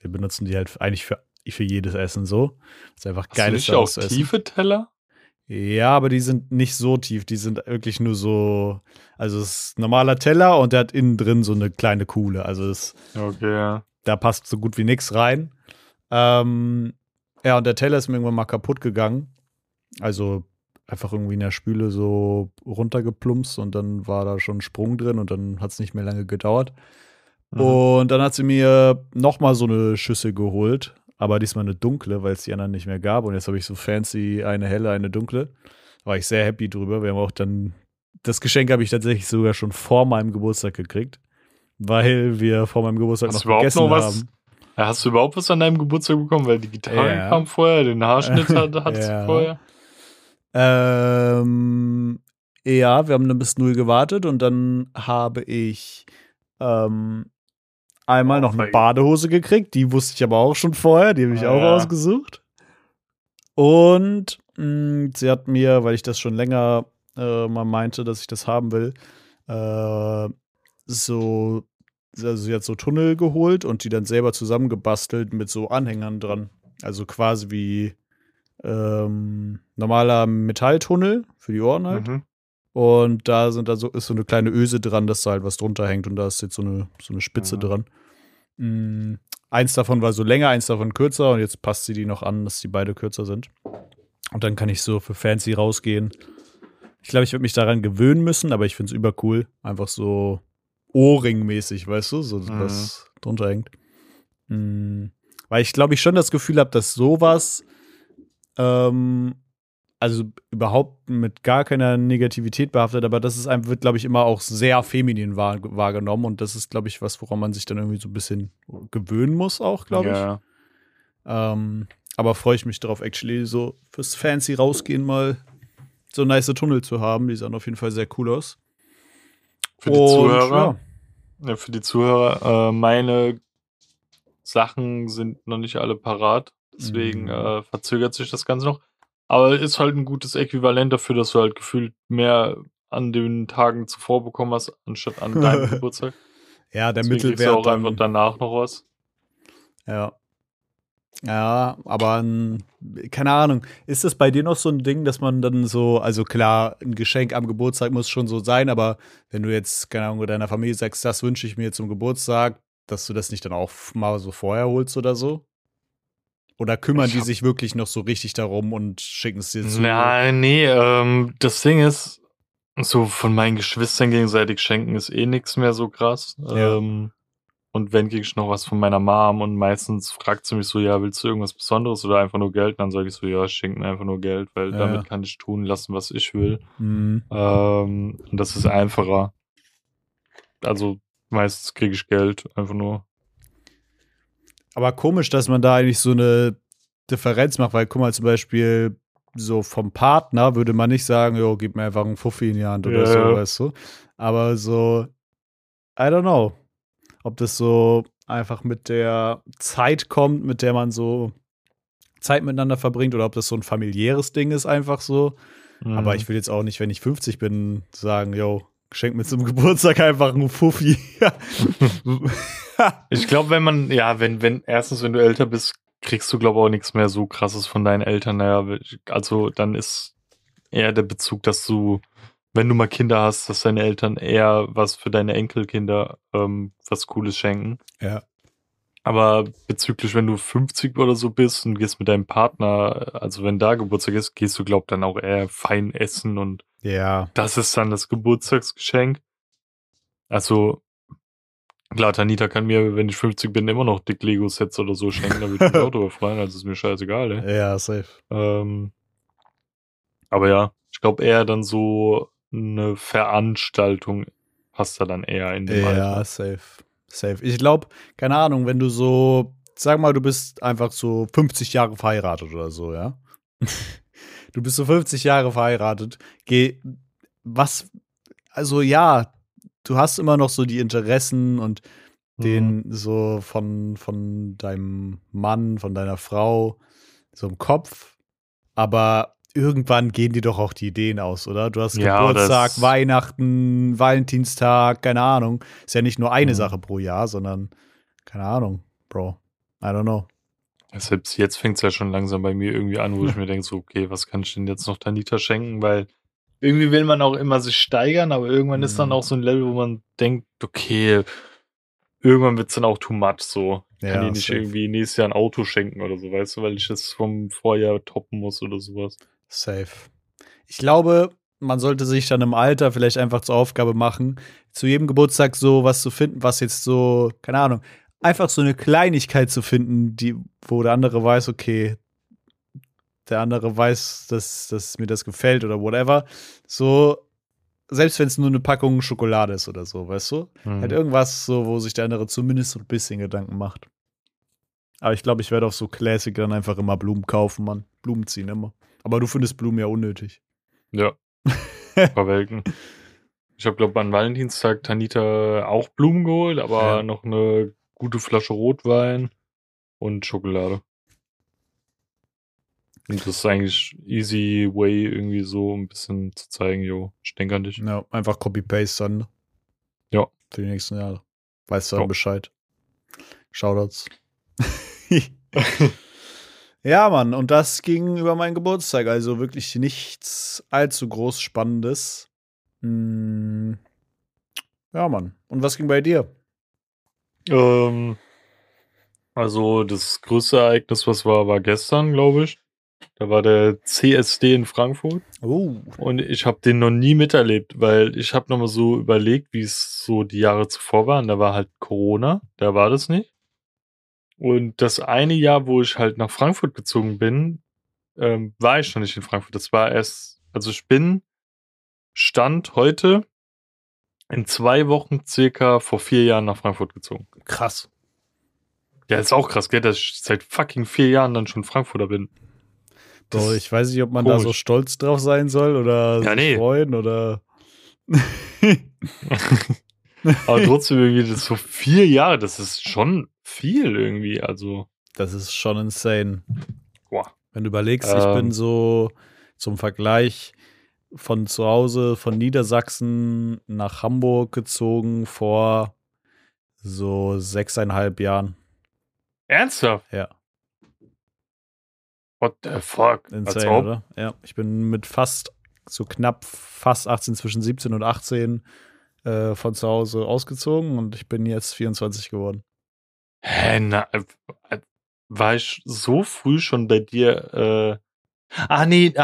[SPEAKER 1] Wir benutzen die halt eigentlich für jedes Essen so. Das ist einfach geil.
[SPEAKER 2] Hast du nicht auch tiefe Teller?
[SPEAKER 1] Ja, aber die sind nicht so tief. Die sind wirklich nur so, also es ist ein normaler Teller und der hat innen drin so eine kleine Kuhle. Also da passt so gut wie nichts rein. Ja, und der Teller ist mir irgendwann mal kaputt gegangen. Also einfach irgendwie in der Spüle so runtergeplumpst und dann war da schon ein Sprung drin und dann hat es nicht mehr lange gedauert. Und dann hat sie mir noch mal so eine Schüssel geholt, aber diesmal eine dunkle, weil es die anderen nicht mehr gab. Und jetzt habe ich so fancy eine helle, eine dunkle. War ich sehr happy drüber. Wir haben auch dann, das Geschenk habe ich tatsächlich sogar schon vor meinem Geburtstag gekriegt, weil wir vor meinem Geburtstag noch gegessen haben.
[SPEAKER 2] Hast du überhaupt was an deinem Geburtstag bekommen? Weil die Gitarre kam vorher, den Haarschnitt hattest du vorher.
[SPEAKER 1] Ja, wir haben dann bis 0 gewartet und dann habe ich einmal noch eine Badehose gekriegt. Die wusste ich aber auch schon vorher. Die habe ich auch ausgesucht. Und sie hat mir, weil ich das schon länger mal meinte, dass ich das haben will, also sie hat so Tunnel geholt und die dann selber zusammengebastelt mit so Anhängern dran. Also quasi wie normaler Metalltunnel für die Ohren halt. Und da ist so eine kleine Öse dran, dass da halt was drunter hängt und da ist jetzt so eine Spitze dran. Eins davon war so länger, eins davon kürzer und jetzt passt sie die noch an, dass die beide kürzer sind. Und dann kann ich so für fancy rausgehen. Ich glaube, ich würde mich daran gewöhnen müssen, aber ich finde es übercool. Einfach so Ohrring-mäßig, weißt du, so was drunter hängt. Weil ich glaube, ich schon das Gefühl habe, dass sowas also überhaupt mit gar keiner Negativität behaftet, aber das wird, glaube ich, immer auch sehr feminin wahrgenommen und das ist, glaube ich, was, woran man sich dann irgendwie so ein bisschen gewöhnen muss auch, glaube ich. Aber freue ich mich darauf, actually so fürs Fancy rausgehen mal so nice Tunnel zu haben. Die sahen auf jeden Fall sehr cool aus.
[SPEAKER 2] Für die Zuhörer, meine Sachen sind noch nicht alle parat, deswegen verzögert sich das Ganze noch. Aber ist halt ein gutes Äquivalent dafür, dass du halt gefühlt mehr an den Tagen zuvor bekommen hast, anstatt an deinem Geburtstag.
[SPEAKER 1] Ja, der Mittelwert kriegst du
[SPEAKER 2] auch einfach danach noch was.
[SPEAKER 1] Ja. Ja, aber keine Ahnung. Ist das bei dir noch so ein Ding, dass man dann so, also klar, ein Geschenk am Geburtstag muss schon so sein, aber wenn du jetzt, keine Ahnung, deiner Familie sagst, das wünsche ich mir zum Geburtstag, dass du das nicht dann auch mal so vorher holst oder so? Oder kümmern die sich wirklich noch so richtig darum und schicken es dir zu?
[SPEAKER 2] Das Ding ist, so von meinen Geschwistern gegenseitig schenken ist eh nichts mehr so krass.
[SPEAKER 1] Ja.
[SPEAKER 2] Und wenn, krieg ich noch was von meiner Mom und meistens fragt sie mich so, ja, willst du irgendwas Besonderes oder einfach nur Geld? Und dann sage ich so, ja, schenk mir einfach nur Geld, weil damit kann ich tun lassen, was ich will. Und das ist einfacher. Also meistens kriege ich Geld, einfach nur.
[SPEAKER 1] Aber komisch, dass man da eigentlich so eine Differenz macht, weil guck mal, zum Beispiel so vom Partner würde man nicht sagen, jo, gib mir einfach einen Fuffi in die Hand oder so, weißt du. Aber so, I don't know, ob das so einfach mit der Zeit kommt, mit der man so Zeit miteinander verbringt oder ob das so ein familiäres Ding ist, einfach so. Aber ich will jetzt auch nicht, wenn ich 50 bin, sagen, jo, schenk mir zum Geburtstag einfach einen Fuffi.
[SPEAKER 2] Ich glaube, wenn du älter bist, kriegst du, glaube ich, auch nichts mehr so krasses von deinen Eltern. Naja, also dann ist eher der Bezug, dass du, wenn du mal Kinder hast, dass deine Eltern eher was für deine Enkelkinder was Cooles schenken.
[SPEAKER 1] Ja.
[SPEAKER 2] Aber bezüglich, wenn du 50 oder so bist und gehst mit deinem Partner, also wenn da Geburtstag ist, gehst du, glaub dann auch eher fein essen und das ist dann das Geburtstagsgeschenk. Also klar, Tanita kann mir, wenn ich 50 bin, immer noch dick Lego-Sets oder so schenken, da würde ich mich auch drüber freuen, also ist mir scheißegal, ey.
[SPEAKER 1] Ja, safe.
[SPEAKER 2] Aber ja, ich glaube eher dann so eine Veranstaltung passt da dann eher in dem Alter.
[SPEAKER 1] Ja, safe. Ich glaube, keine Ahnung, wenn du so, sag mal, du bist einfach so 50 Jahre verheiratet oder so, ja? Du bist so 50 Jahre verheiratet, also ja, du hast immer noch so die Interessen und den so von deinem Mann, von deiner Frau so im Kopf, aber irgendwann gehen dir doch auch die Ideen aus, oder? Du hast Geburtstag, Weihnachten, Valentinstag, keine Ahnung. Ist ja nicht nur eine Sache pro Jahr, sondern, keine Ahnung, Bro. I don't know.
[SPEAKER 2] Ja, selbst jetzt fängt es ja schon langsam bei mir irgendwie an, wo ich mir denke, so, okay, was kann ich denn jetzt noch Tanita schenken? Weil irgendwie will man auch immer sich steigern, aber irgendwann ist dann auch so ein Level, wo man denkt, okay, irgendwann wird es dann auch too much, so. Kann
[SPEAKER 1] Ja,
[SPEAKER 2] ich nicht
[SPEAKER 1] safe.
[SPEAKER 2] irgendwie nächstes Jahr ein Auto schenken oder so, weißt du, weil ich das vom Vorjahr toppen muss oder sowas.
[SPEAKER 1] Safe. Ich glaube, man sollte sich dann im Alter vielleicht einfach zur Aufgabe machen, zu jedem Geburtstag so was zu finden, was jetzt so, keine Ahnung, einfach so eine Kleinigkeit zu finden, wo der andere weiß, okay, der andere weiß, dass mir das gefällt oder whatever. So, selbst wenn es nur eine Packung Schokolade ist oder so, weißt du? Halt irgendwas so, wo sich der andere zumindest so ein bisschen Gedanken macht. Aber ich glaube, ich werde auf so Classic dann einfach immer Blumen kaufen, Mann. Blumen ziehen immer. Aber du findest Blumen ja unnötig.
[SPEAKER 2] Ja. Verwelken. Ich habe, glaube ich, an Valentinstag Tanita auch Blumen geholt, aber noch eine gute Flasche Rotwein und Schokolade. Und das ist eigentlich easy way, irgendwie so ein bisschen zu zeigen, jo, ich denke an dich.
[SPEAKER 1] Ja, einfach Copy-Paste dann.
[SPEAKER 2] Ja.
[SPEAKER 1] Für die nächsten Jahre. Weißt du dann Bescheid. Shoutouts. Ja, Mann, und das ging über meinen Geburtstag. Also wirklich nichts allzu groß Spannendes. Ja, Mann. Und was ging bei dir?
[SPEAKER 2] Also das größte Ereignis, was war gestern, glaube ich. Da war der CSD in Frankfurt.
[SPEAKER 1] Oh.
[SPEAKER 2] Und ich habe den noch nie miterlebt, weil ich habe nochmal so überlegt, wie es so die Jahre zuvor war. Und da war halt Corona, da war das nicht. Und das eine Jahr, wo ich halt nach Frankfurt gezogen bin, war ich noch nicht in Frankfurt. Das war erst, also ich bin Stand heute in 2 Wochen circa vor 4 Jahren nach Frankfurt gezogen.
[SPEAKER 1] Krass.
[SPEAKER 2] Ja, ist auch krass, gell, dass ich seit fucking 4 Jahren dann schon Frankfurter bin.
[SPEAKER 1] Bro, ich weiß nicht, ob man da so stolz drauf sein soll oder sich freuen oder.
[SPEAKER 2] Aber trotzdem irgendwie, das so 4 Jahre, das ist schon viel irgendwie, also.
[SPEAKER 1] Das ist schon insane.
[SPEAKER 2] Boah.
[SPEAKER 1] Wenn du überlegst, ich bin so zum Vergleich von zu Hause, von Niedersachsen nach Hamburg gezogen vor so 6,5 Jahren.
[SPEAKER 2] Ernsthaft?
[SPEAKER 1] Ja.
[SPEAKER 2] What the fuck?
[SPEAKER 1] Insane, oder? Ja, ich bin mit fast 18, zwischen 17 und 18 von zu Hause ausgezogen und ich bin jetzt 24 geworden.
[SPEAKER 2] Hä, war ich so früh schon bei dir? Nee,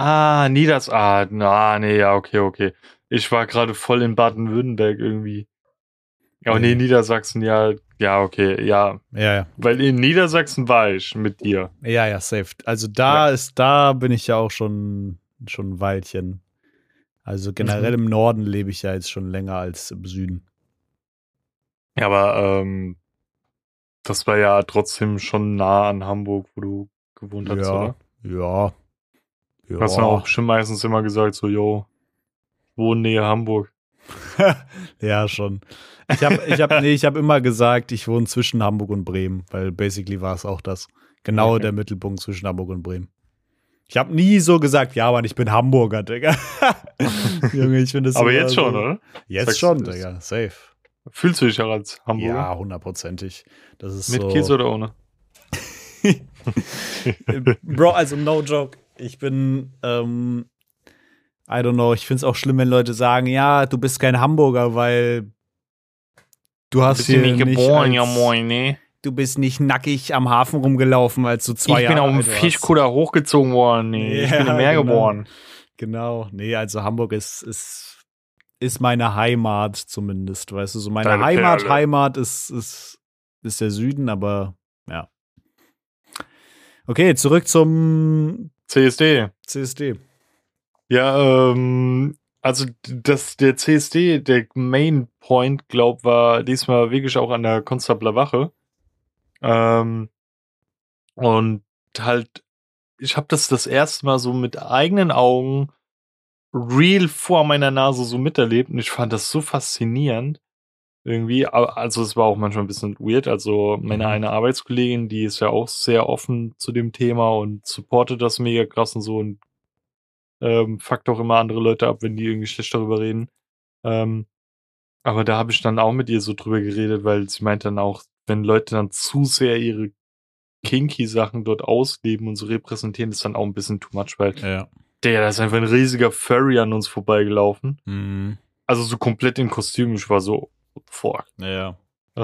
[SPEAKER 2] ja, okay. Ich war gerade voll in Baden-Württemberg irgendwie. Aber nee, Niedersachsen, ja, okay, ja.
[SPEAKER 1] Ja.
[SPEAKER 2] Weil in Niedersachsen war ich mit dir.
[SPEAKER 1] Ja, safe. Also da bin ich ja auch schon ein Weilchen. Also generell im Norden lebe ich ja jetzt schon länger als im Süden.
[SPEAKER 2] Ja, aber das war ja trotzdem schon nah an Hamburg, wo du gewohnt hast, oder?
[SPEAKER 1] Ja.
[SPEAKER 2] Du hast ja auch schon meistens immer gesagt, so, yo, wohne nähe Hamburg.
[SPEAKER 1] Ja, schon. Ich hab immer gesagt, ich wohne zwischen Hamburg und Bremen, weil basically war es auch das. Genau der Mittelpunkt zwischen Hamburg und Bremen. Ich habe nie so gesagt, ja, Mann, ich bin Hamburger, Digga. Junge, ich finde das
[SPEAKER 2] aber jetzt schon, oder?
[SPEAKER 1] Jetzt schon, Digga, safe.
[SPEAKER 2] Fühlst du dich auch als Hamburger?
[SPEAKER 1] Ja, 100%. Das ist
[SPEAKER 2] mit Käse oder ohne?
[SPEAKER 1] Bro, also no joke. Ich bin, I don't know, ich finde es auch schlimm, wenn Leute sagen, ja, du bist kein Hamburger, weil du hast hier
[SPEAKER 2] nicht geboren, ja moin, ne?
[SPEAKER 1] Du bist nicht nackig am Hafen rumgelaufen, als du 2 Jahre alt warst.
[SPEAKER 2] Ich bin auf dem Fischkutter hochgezogen worden, nee. Ich bin im Meer geboren.
[SPEAKER 1] Genau, nee, also Hamburg ist meine Heimat zumindest, weißt du, so meine
[SPEAKER 2] Deine
[SPEAKER 1] Heimat ist der Süden, aber ja. Okay, zurück zum
[SPEAKER 2] CSD. Ja, also der CSD, der Main Point, war diesmal wirklich auch an der Konstabler Wache. Und halt, ich habe das erste Mal so mit eigenen Augen real vor meiner Nase so miterlebt und ich fand das so faszinierend irgendwie. Also es war auch manchmal ein bisschen weird. Also meine eine Arbeitskollegin, die ist ja auch sehr offen zu dem Thema und supportet das mega krass und so und fuckt auch immer andere Leute ab, wenn die irgendwie schlecht darüber reden. Aber da habe ich dann auch mit ihr so drüber geredet, weil sie meint dann auch, wenn Leute dann zu sehr ihre kinky Sachen dort ausleben und so repräsentieren, ist dann auch ein bisschen too much, weil
[SPEAKER 1] Ja.
[SPEAKER 2] da ist einfach ein riesiger Furry an uns vorbeigelaufen.
[SPEAKER 1] Mhm.
[SPEAKER 2] Also so komplett in Kostüm. Ich war so, what the fuck.
[SPEAKER 1] Ja.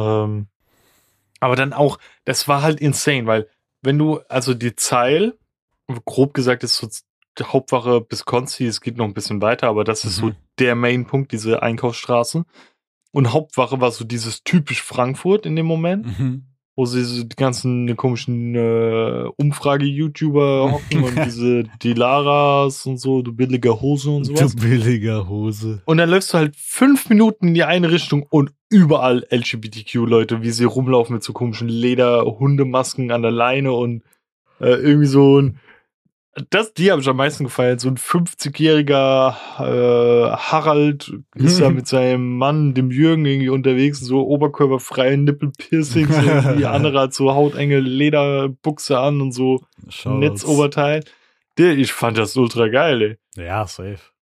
[SPEAKER 2] Aber dann auch, das war halt insane, weil wenn du, also die Zeil, grob gesagt ist so die Hauptwache bis Konzi, es geht noch ein bisschen weiter, aber das ist so der Main-Punkt, diese Einkaufsstraße. Und Hauptwache war so dieses typisch Frankfurt in dem Moment, wo sie so die ganzen komischen Umfrage-YouTuber hocken und die Laras und so, du billiger Hose und sowas.
[SPEAKER 1] Du billiger Hose.
[SPEAKER 2] Und dann läufst du halt 5 Minuten in die eine Richtung und überall LGBTQ-Leute, wie sie rumlaufen mit so komischen Leder-Hundemasken an der Leine und irgendwie so ein, die habe ich am meisten gefeiert, so ein 50-jähriger Harald ist da mit seinem Mann, dem Jürgen, irgendwie unterwegs, so oberkörperfreie Nippelpiercings, die andere hat so hautenge Lederbuchse an und so Netzoberteil. Ich fand das ultra geil, ey.
[SPEAKER 1] Ja, safe.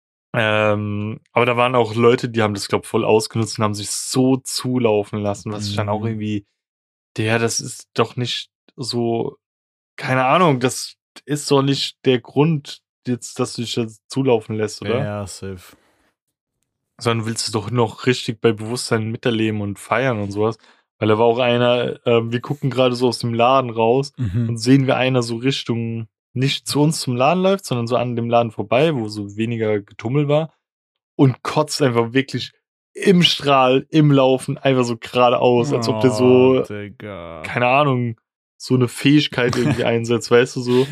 [SPEAKER 2] Aber da waren auch Leute, die haben das, glaube ich, voll ausgenutzt und haben sich so zulaufen lassen, was ich dann auch irgendwie, das ist doch nicht so, keine Ahnung, das ist doch nicht der Grund, jetzt, dass du dich jetzt zulaufen lässt, oder?
[SPEAKER 1] Ja, safe.
[SPEAKER 2] Sondern willst du doch noch richtig bei Bewusstsein miterleben und feiern und sowas. Weil da war auch einer, wir gucken gerade so aus dem Laden raus und sehen wir einer so Richtung, nicht zu uns zum Laden läuft, sondern so an dem Laden vorbei, wo so weniger Getummel war und kotzt einfach wirklich im Strahl, im Laufen, einfach so geradeaus, als ob der so,
[SPEAKER 1] Digga.
[SPEAKER 2] keine Ahnung, so eine Fähigkeit irgendwie einsetzt, weißt du, so.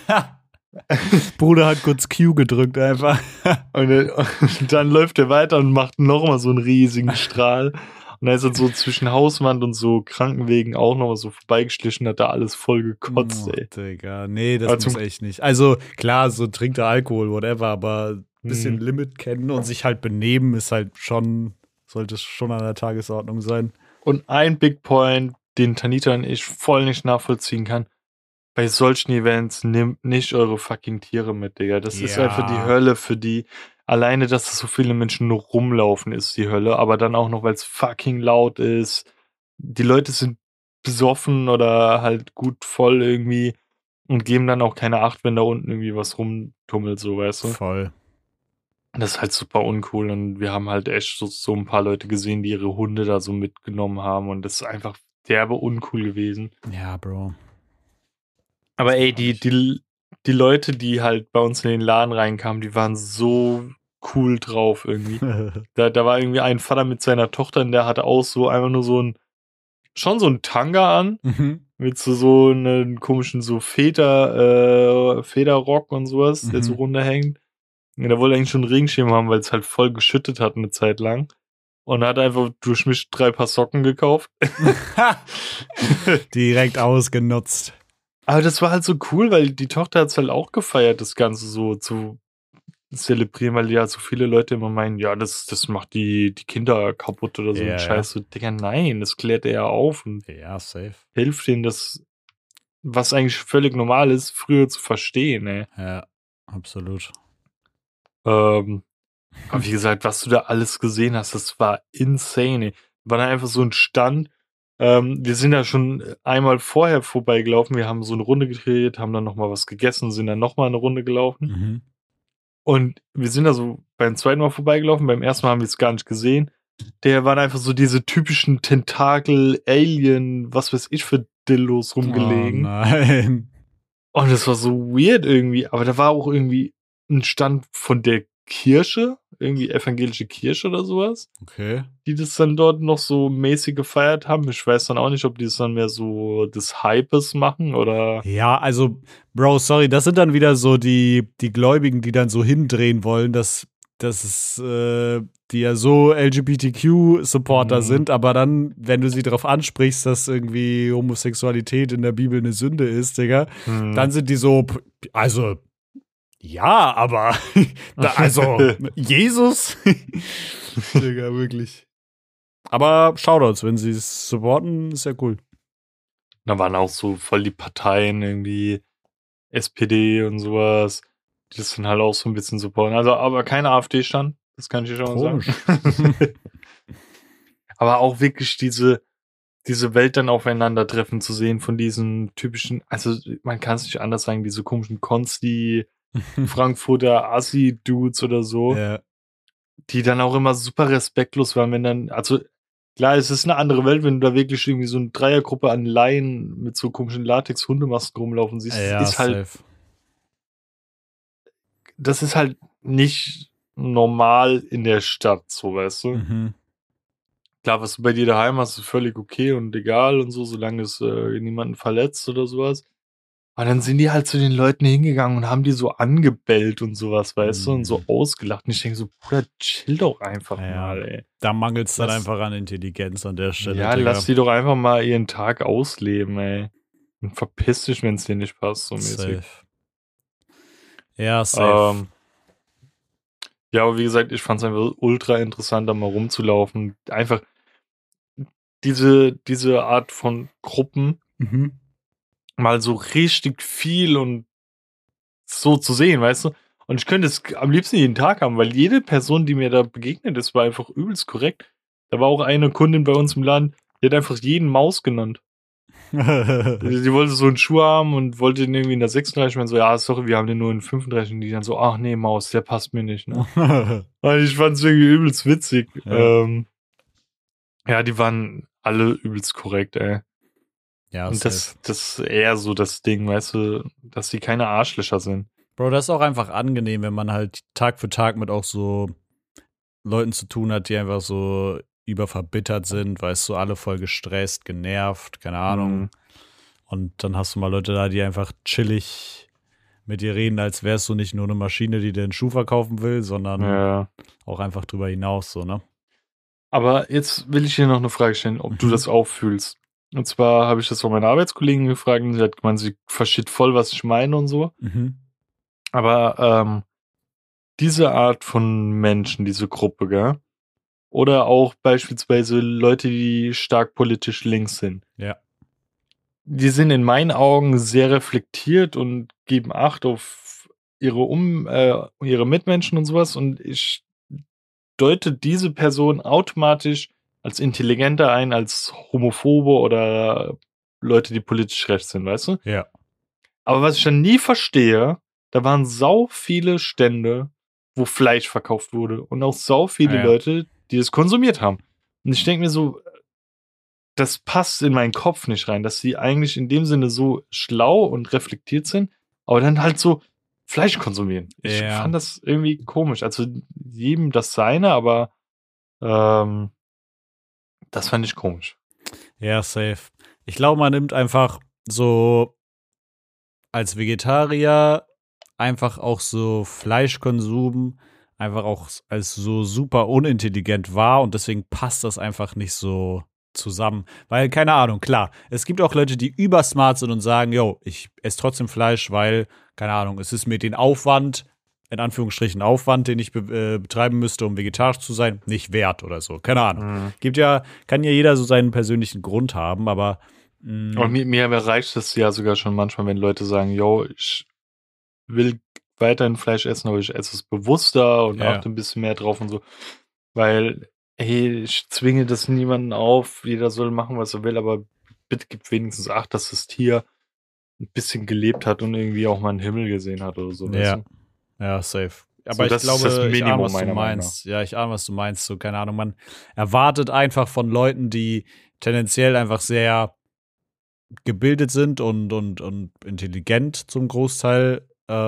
[SPEAKER 1] Bruder hat kurz Q gedrückt einfach.
[SPEAKER 2] Und dann läuft er weiter und macht nochmal so einen riesigen Strahl. Und dann ist er so zwischen Hauswand und so Krankenwegen auch nochmal so vorbeigeschlichen, hat da alles voll gekotzt, ey.
[SPEAKER 1] Digga, nee, das muss echt nicht. Also klar, so trinkt er Alkohol, whatever, aber ein bisschen Limit kennen und sich halt benehmen ist halt schon, sollte schon an der Tagesordnung sein.
[SPEAKER 2] Und ein Big Point, den Tanita und ich voll nicht nachvollziehen kann, bei solchen Events nehmt nicht eure fucking Tiere mit, Digga. Das ist einfach die Hölle für die. Alleine, dass so viele Menschen nur rumlaufen, ist die Hölle. Aber dann auch noch, weil es fucking laut ist. Die Leute sind besoffen oder halt gut voll irgendwie und geben dann auch keine Acht, wenn da unten irgendwie was rumtummelt, so, weißt du?
[SPEAKER 1] Voll.
[SPEAKER 2] Das ist halt super uncool und wir haben halt echt so ein paar Leute gesehen, die ihre Hunde da so mitgenommen haben und das ist einfach derbe uncool gewesen.
[SPEAKER 1] Ja, Bro.
[SPEAKER 2] Aber ey, die Leute, die halt bei uns in den Laden reinkamen, die waren so cool drauf irgendwie. Da war irgendwie ein Vater mit seiner Tochter und der hatte auch so einfach nur so ein Tanga an, mit so einen komischen so Federrock und sowas, der so runterhängt. Und der wollte eigentlich schon einen Regenschirm haben, weil es halt voll geschüttet hat eine Zeit lang. Und hat einfach durchmischt 3 Paar Socken gekauft.
[SPEAKER 1] Direkt ausgenutzt.
[SPEAKER 2] Aber das war halt so cool, weil die Tochter hat es halt auch gefeiert, das Ganze so zu zelebrieren, weil ja so viele Leute immer meinen, ja, das macht die Kinder kaputt oder so ein Scheiß. So, Digga, nein, das klärt er ja auf und
[SPEAKER 1] safe.
[SPEAKER 2] hilft denen, das, was eigentlich völlig normal ist, früher zu verstehen, ey.
[SPEAKER 1] Ja, absolut.
[SPEAKER 2] Aber wie gesagt, was du da alles gesehen hast, das war insane, ey. War dann einfach so ein Stand. Wir sind da schon einmal vorher vorbeigelaufen. Wir haben so eine Runde gedreht, haben dann nochmal was gegessen, sind dann nochmal eine Runde gelaufen. Und wir sind da so beim zweiten Mal vorbeigelaufen. Beim ersten Mal haben wir es gar nicht gesehen. Der waren einfach so diese typischen Tentakel, Alien, was weiß ich für Dildos rumgelegen.
[SPEAKER 1] Oh nein.
[SPEAKER 2] Und das war so weird irgendwie. Aber da war auch irgendwie ein Stand von der Kirche, irgendwie evangelische Kirche oder sowas.
[SPEAKER 1] Okay.
[SPEAKER 2] Die das dann dort noch so mäßig gefeiert haben. Ich weiß dann auch nicht, ob die es dann mehr so des Hypes machen oder.
[SPEAKER 1] Ja, also, Bro, sorry, das sind dann wieder so die Gläubigen, die dann so hindrehen wollen, dass es, die ja so LGBTQ-Supporter sind, aber dann, wenn du sie darauf ansprichst, dass irgendwie Homosexualität in der Bibel eine Sünde ist, Digga, dann sind die so, also, ja, aber also Jesus, Digga, wirklich. Aber Shoutouts, wenn sie es supporten, ist ja cool.
[SPEAKER 2] Da waren auch so voll die Parteien, irgendwie SPD und sowas, die das dann halt auch so ein bisschen supporten. Also, aber keine AfD stand, das kann ich dir schon mal sagen. Aber auch wirklich diese, diese Welt dann aufeinandertreffen zu sehen von diesen typischen, also man kann es nicht anders sagen, diese komischen Konsti, Frankfurter Assi-Dudes oder so,
[SPEAKER 1] Ja.
[SPEAKER 2] die dann auch immer super respektlos waren, wenn dann, also klar, es ist eine andere Welt, wenn du da wirklich irgendwie so eine Dreiergruppe an Laien mit so komischen Latex-Hundemasken rumlaufen siehst,
[SPEAKER 1] Ja,
[SPEAKER 2] ist halt,
[SPEAKER 1] safe.
[SPEAKER 2] das ist halt nicht normal in der Stadt, so, weißt du?
[SPEAKER 1] Mhm.
[SPEAKER 2] Klar, was du bei dir daheim hast, ist völlig okay und egal und so, solange es niemanden verletzt oder sowas. Aber dann sind die halt zu den Leuten hingegangen und haben die so angebellt und sowas, weißt du, und so ausgelacht. Und ich denke so, Bruder, chill doch einfach
[SPEAKER 1] Ja,
[SPEAKER 2] mal, ey.
[SPEAKER 1] da mangelt es dann
[SPEAKER 2] Lass-
[SPEAKER 1] einfach an Intelligenz an der Stelle,
[SPEAKER 2] Ja,
[SPEAKER 1] Digga.
[SPEAKER 2] lass die doch einfach mal ihren Tag ausleben, ey. Und verpiss dich, wenn es dir nicht passt, so mäßig.
[SPEAKER 1] Safe. Ja, safe.
[SPEAKER 2] Ja, aber wie gesagt, ich fand es einfach ultra interessant, da mal rumzulaufen. Einfach diese Art von Gruppen
[SPEAKER 1] Mhm.
[SPEAKER 2] mal so richtig viel und so zu sehen, weißt du? Und ich könnte es am liebsten jeden Tag haben, weil jede Person, die mir da begegnet ist, war einfach übelst korrekt. Da war auch eine Kundin bei uns im Laden, die hat einfach jeden Maus genannt. Die wollte so einen Schuh haben und wollte den irgendwie in der 36, und so, ja, sorry, wir haben den nur in 35. Und die dann so, ach nee, Maus, der passt mir nicht, ne? Und ich fand es irgendwie übelst witzig.
[SPEAKER 1] Ja.
[SPEAKER 2] Ja, die waren alle übelst korrekt, ey.
[SPEAKER 1] Ja,
[SPEAKER 2] Und
[SPEAKER 1] safe.
[SPEAKER 2] das ist eher so das Ding, weißt du, dass die keine Arschlöcher sind.
[SPEAKER 1] Bro, das ist auch einfach angenehm, wenn man halt Tag für Tag mit auch so Leuten zu tun hat, die einfach so überverbittert sind, weißt du, alle voll gestresst, genervt, keine Ahnung.
[SPEAKER 2] Mhm.
[SPEAKER 1] Und dann hast du mal Leute da, die einfach chillig mit dir reden, als wärst du nicht nur eine Maschine, die dir einen Schuh verkaufen will, sondern
[SPEAKER 2] Ja.
[SPEAKER 1] auch einfach drüber hinaus, so, ne?
[SPEAKER 2] Aber jetzt will ich dir noch eine Frage stellen, ob du das auch fühlst. Und zwar habe ich das von meiner Arbeitskollegen gefragt und sie hat gemeint, sie versteht voll, was ich meine und so.
[SPEAKER 1] Mhm.
[SPEAKER 2] Aber diese Art von Menschen, diese Gruppe, gell? Oder auch beispielsweise Leute, die stark politisch links sind.
[SPEAKER 1] Ja.
[SPEAKER 2] Die sind in meinen Augen sehr reflektiert und geben Acht auf ihre Mitmenschen und sowas. Und ich deute diese Person automatisch als intelligenter ein, als Homophobe oder Leute, die politisch rechts sind, weißt du?
[SPEAKER 1] Ja.
[SPEAKER 2] Aber was ich dann nie verstehe, da waren sau viele Stände, wo Fleisch verkauft wurde und auch sau viele
[SPEAKER 1] Ja.
[SPEAKER 2] Leute, die es konsumiert haben. Und ich denke mir so, das passt in meinen Kopf nicht rein, dass sie eigentlich in dem Sinne so schlau und reflektiert sind, aber dann halt so Fleisch konsumieren. Ich
[SPEAKER 1] Ja.
[SPEAKER 2] fand das irgendwie komisch. Also jedem das seine, aber das fand ich komisch.
[SPEAKER 1] Ja, safe. Ich glaube, man nimmt einfach so als Vegetarier einfach auch so Fleischkonsum einfach auch als so super unintelligent wahr und deswegen passt das einfach nicht so zusammen. Weil, keine Ahnung, klar, es gibt auch Leute, die übersmart sind und sagen, yo, ich esse trotzdem Fleisch, weil, keine Ahnung, es ist mir den Aufwand, in Anführungsstrichen Aufwand, den ich betreiben müsste, um vegetarisch zu sein, nicht wert oder so. Keine Ahnung. Kann ja jeder so seinen persönlichen Grund haben, aber
[SPEAKER 2] Und mir reicht es ja sogar schon manchmal, wenn Leute sagen, yo, ich will weiterhin Fleisch essen, aber ich esse es bewusster und achte ein bisschen mehr drauf und so. Weil, hey, ich zwinge das niemanden auf, jeder soll machen, was er will, aber bitte gib wenigstens Acht, dass das Tier ein bisschen gelebt hat und irgendwie auch mal einen Himmel gesehen hat oder so.
[SPEAKER 1] ja,
[SPEAKER 2] Weißt
[SPEAKER 1] ja, safe.
[SPEAKER 2] du?
[SPEAKER 1] Aber
[SPEAKER 2] So,
[SPEAKER 1] ich
[SPEAKER 2] das ist das
[SPEAKER 1] glaube, ich ahne,
[SPEAKER 2] Minimum
[SPEAKER 1] was du
[SPEAKER 2] meiner Meinung nach.
[SPEAKER 1] meinst. Ja, ich ahne, was du meinst. So, keine Ahnung, man erwartet einfach von Leuten, die tendenziell einfach sehr gebildet sind und intelligent zum Großteil,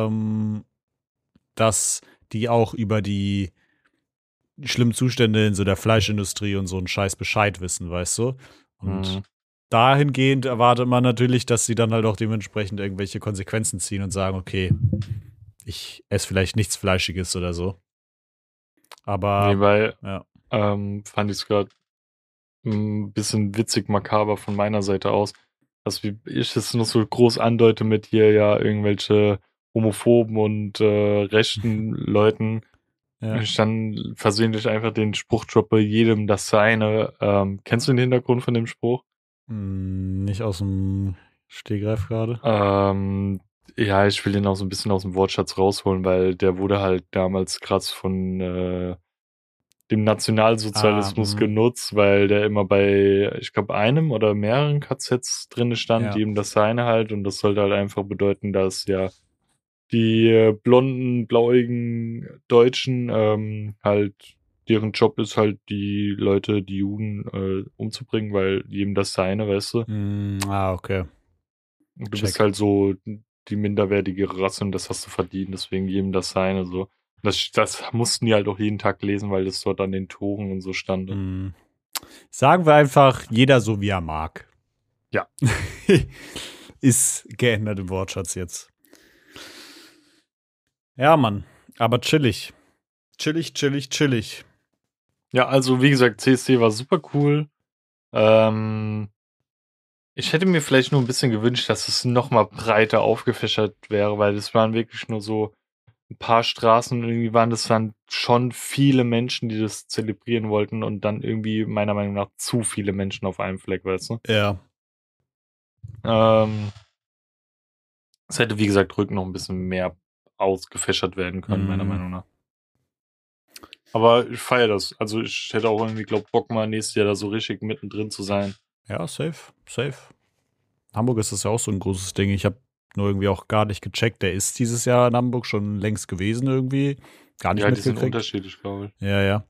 [SPEAKER 1] dass die auch über die schlimmen Zustände in so der Fleischindustrie und so einen Scheiß Bescheid wissen, weißt du? Und dahingehend erwartet man natürlich, dass sie dann halt auch dementsprechend irgendwelche Konsequenzen ziehen und sagen, okay, ich esse vielleicht nichts Fleischiges oder so. Aber
[SPEAKER 2] Nebenbei
[SPEAKER 1] ja.
[SPEAKER 2] fand ich es gerade ein bisschen witzig makaber von meiner Seite aus, dass wie ich es noch so groß andeute mit hier ja irgendwelche homophoben und rechten Leuten.
[SPEAKER 1] Ja.
[SPEAKER 2] Ich dann versehentlich einfach den Spruch droppe, jedem das Seine. Kennst du den Hintergrund von dem Spruch?
[SPEAKER 1] Nicht aus dem Stegreif gerade.
[SPEAKER 2] Ja, ich will den auch so ein bisschen aus dem Wortschatz rausholen, weil der wurde halt damals krass von dem Nationalsozialismus genutzt, weil der immer bei, ich glaube, einem oder mehreren KZs drin stand, jedem das seine halt. Und das sollte halt einfach bedeuten, dass ja die blonden, blauäugigen Deutschen halt, deren Job ist halt, die Leute, die Juden umzubringen, weil jedem das seine, weißt du?
[SPEAKER 1] Okay.
[SPEAKER 2] Und du bist halt so die minderwertige Rasse und das hast du verdient, deswegen jedem das seine, so. Das mussten die halt auch jeden Tag lesen, weil das dort an den Toren und so stand.
[SPEAKER 1] Sagen wir einfach, jeder so wie er mag.
[SPEAKER 2] Ja.
[SPEAKER 1] Ist geändert im Wortschatz jetzt. Ja, Mann. Aber chillig. Chillig.
[SPEAKER 2] Ja, also wie gesagt, CSD war super cool. Ich hätte mir vielleicht nur ein bisschen gewünscht, dass es noch mal breiter aufgefächert wäre, weil das waren wirklich nur so ein paar Straßen und irgendwie waren das dann schon viele Menschen, die das zelebrieren wollten und dann irgendwie meiner Meinung nach zu viele Menschen auf einem Fleck, weißt du?
[SPEAKER 1] Ja.
[SPEAKER 2] Es hätte, wie gesagt, ruhig noch ein bisschen mehr ausgefächert werden können, meiner Meinung nach. Aber ich feiere das. Also ich hätte auch irgendwie, glaube Bock mal nächstes Jahr da so richtig mittendrin zu sein.
[SPEAKER 1] Ja, safe. Hamburg ist das ja auch so ein großes Ding. Ich habe nur irgendwie auch gar nicht gecheckt. Der ist dieses Jahr in Hamburg schon längst gewesen irgendwie. Gar nicht mitgekriegt.
[SPEAKER 2] Ja, die sind unterschiedlich, glaube ich.
[SPEAKER 1] Ja.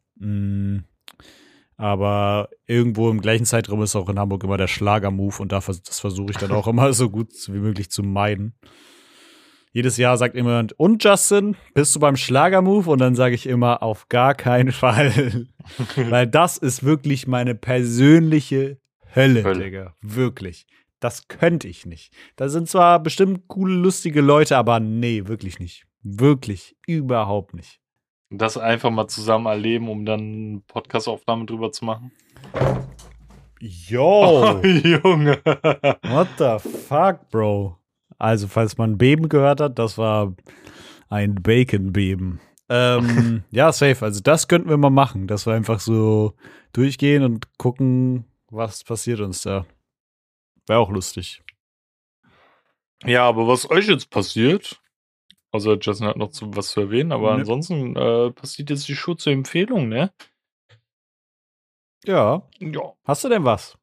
[SPEAKER 1] Aber irgendwo im gleichen Zeitraum ist auch in Hamburg immer der Schlager-Move und das versuche ich dann auch immer so gut wie möglich zu meiden. Jedes Jahr sagt jemand, und Justin, bist du beim Schlager-Move? Und dann sage ich immer, auf gar keinen Fall. Weil das ist wirklich meine persönliche Hölle, Digga. Wirklich. Das könnte ich nicht. Da sind zwar bestimmt coole, lustige Leute, aber nee, wirklich nicht. Wirklich, überhaupt nicht.
[SPEAKER 2] Das einfach mal zusammen erleben, um dann Podcast-Aufnahme drüber zu machen?
[SPEAKER 1] Yo!
[SPEAKER 2] Oh, Junge!
[SPEAKER 1] What the fuck, Bro? Also, falls man Beben gehört hat, das war ein Bacon-Beben. Ja, safe. Also, das könnten wir mal machen, dass wir einfach so durchgehen und gucken, was passiert uns da. Wäre auch lustig.
[SPEAKER 2] Ja, aber was euch jetzt passiert, also Justin hat noch was zu erwähnen, aber ansonsten passiert jetzt die Schuhe zur Empfehlung, ne?
[SPEAKER 1] Ja. Hast du denn was?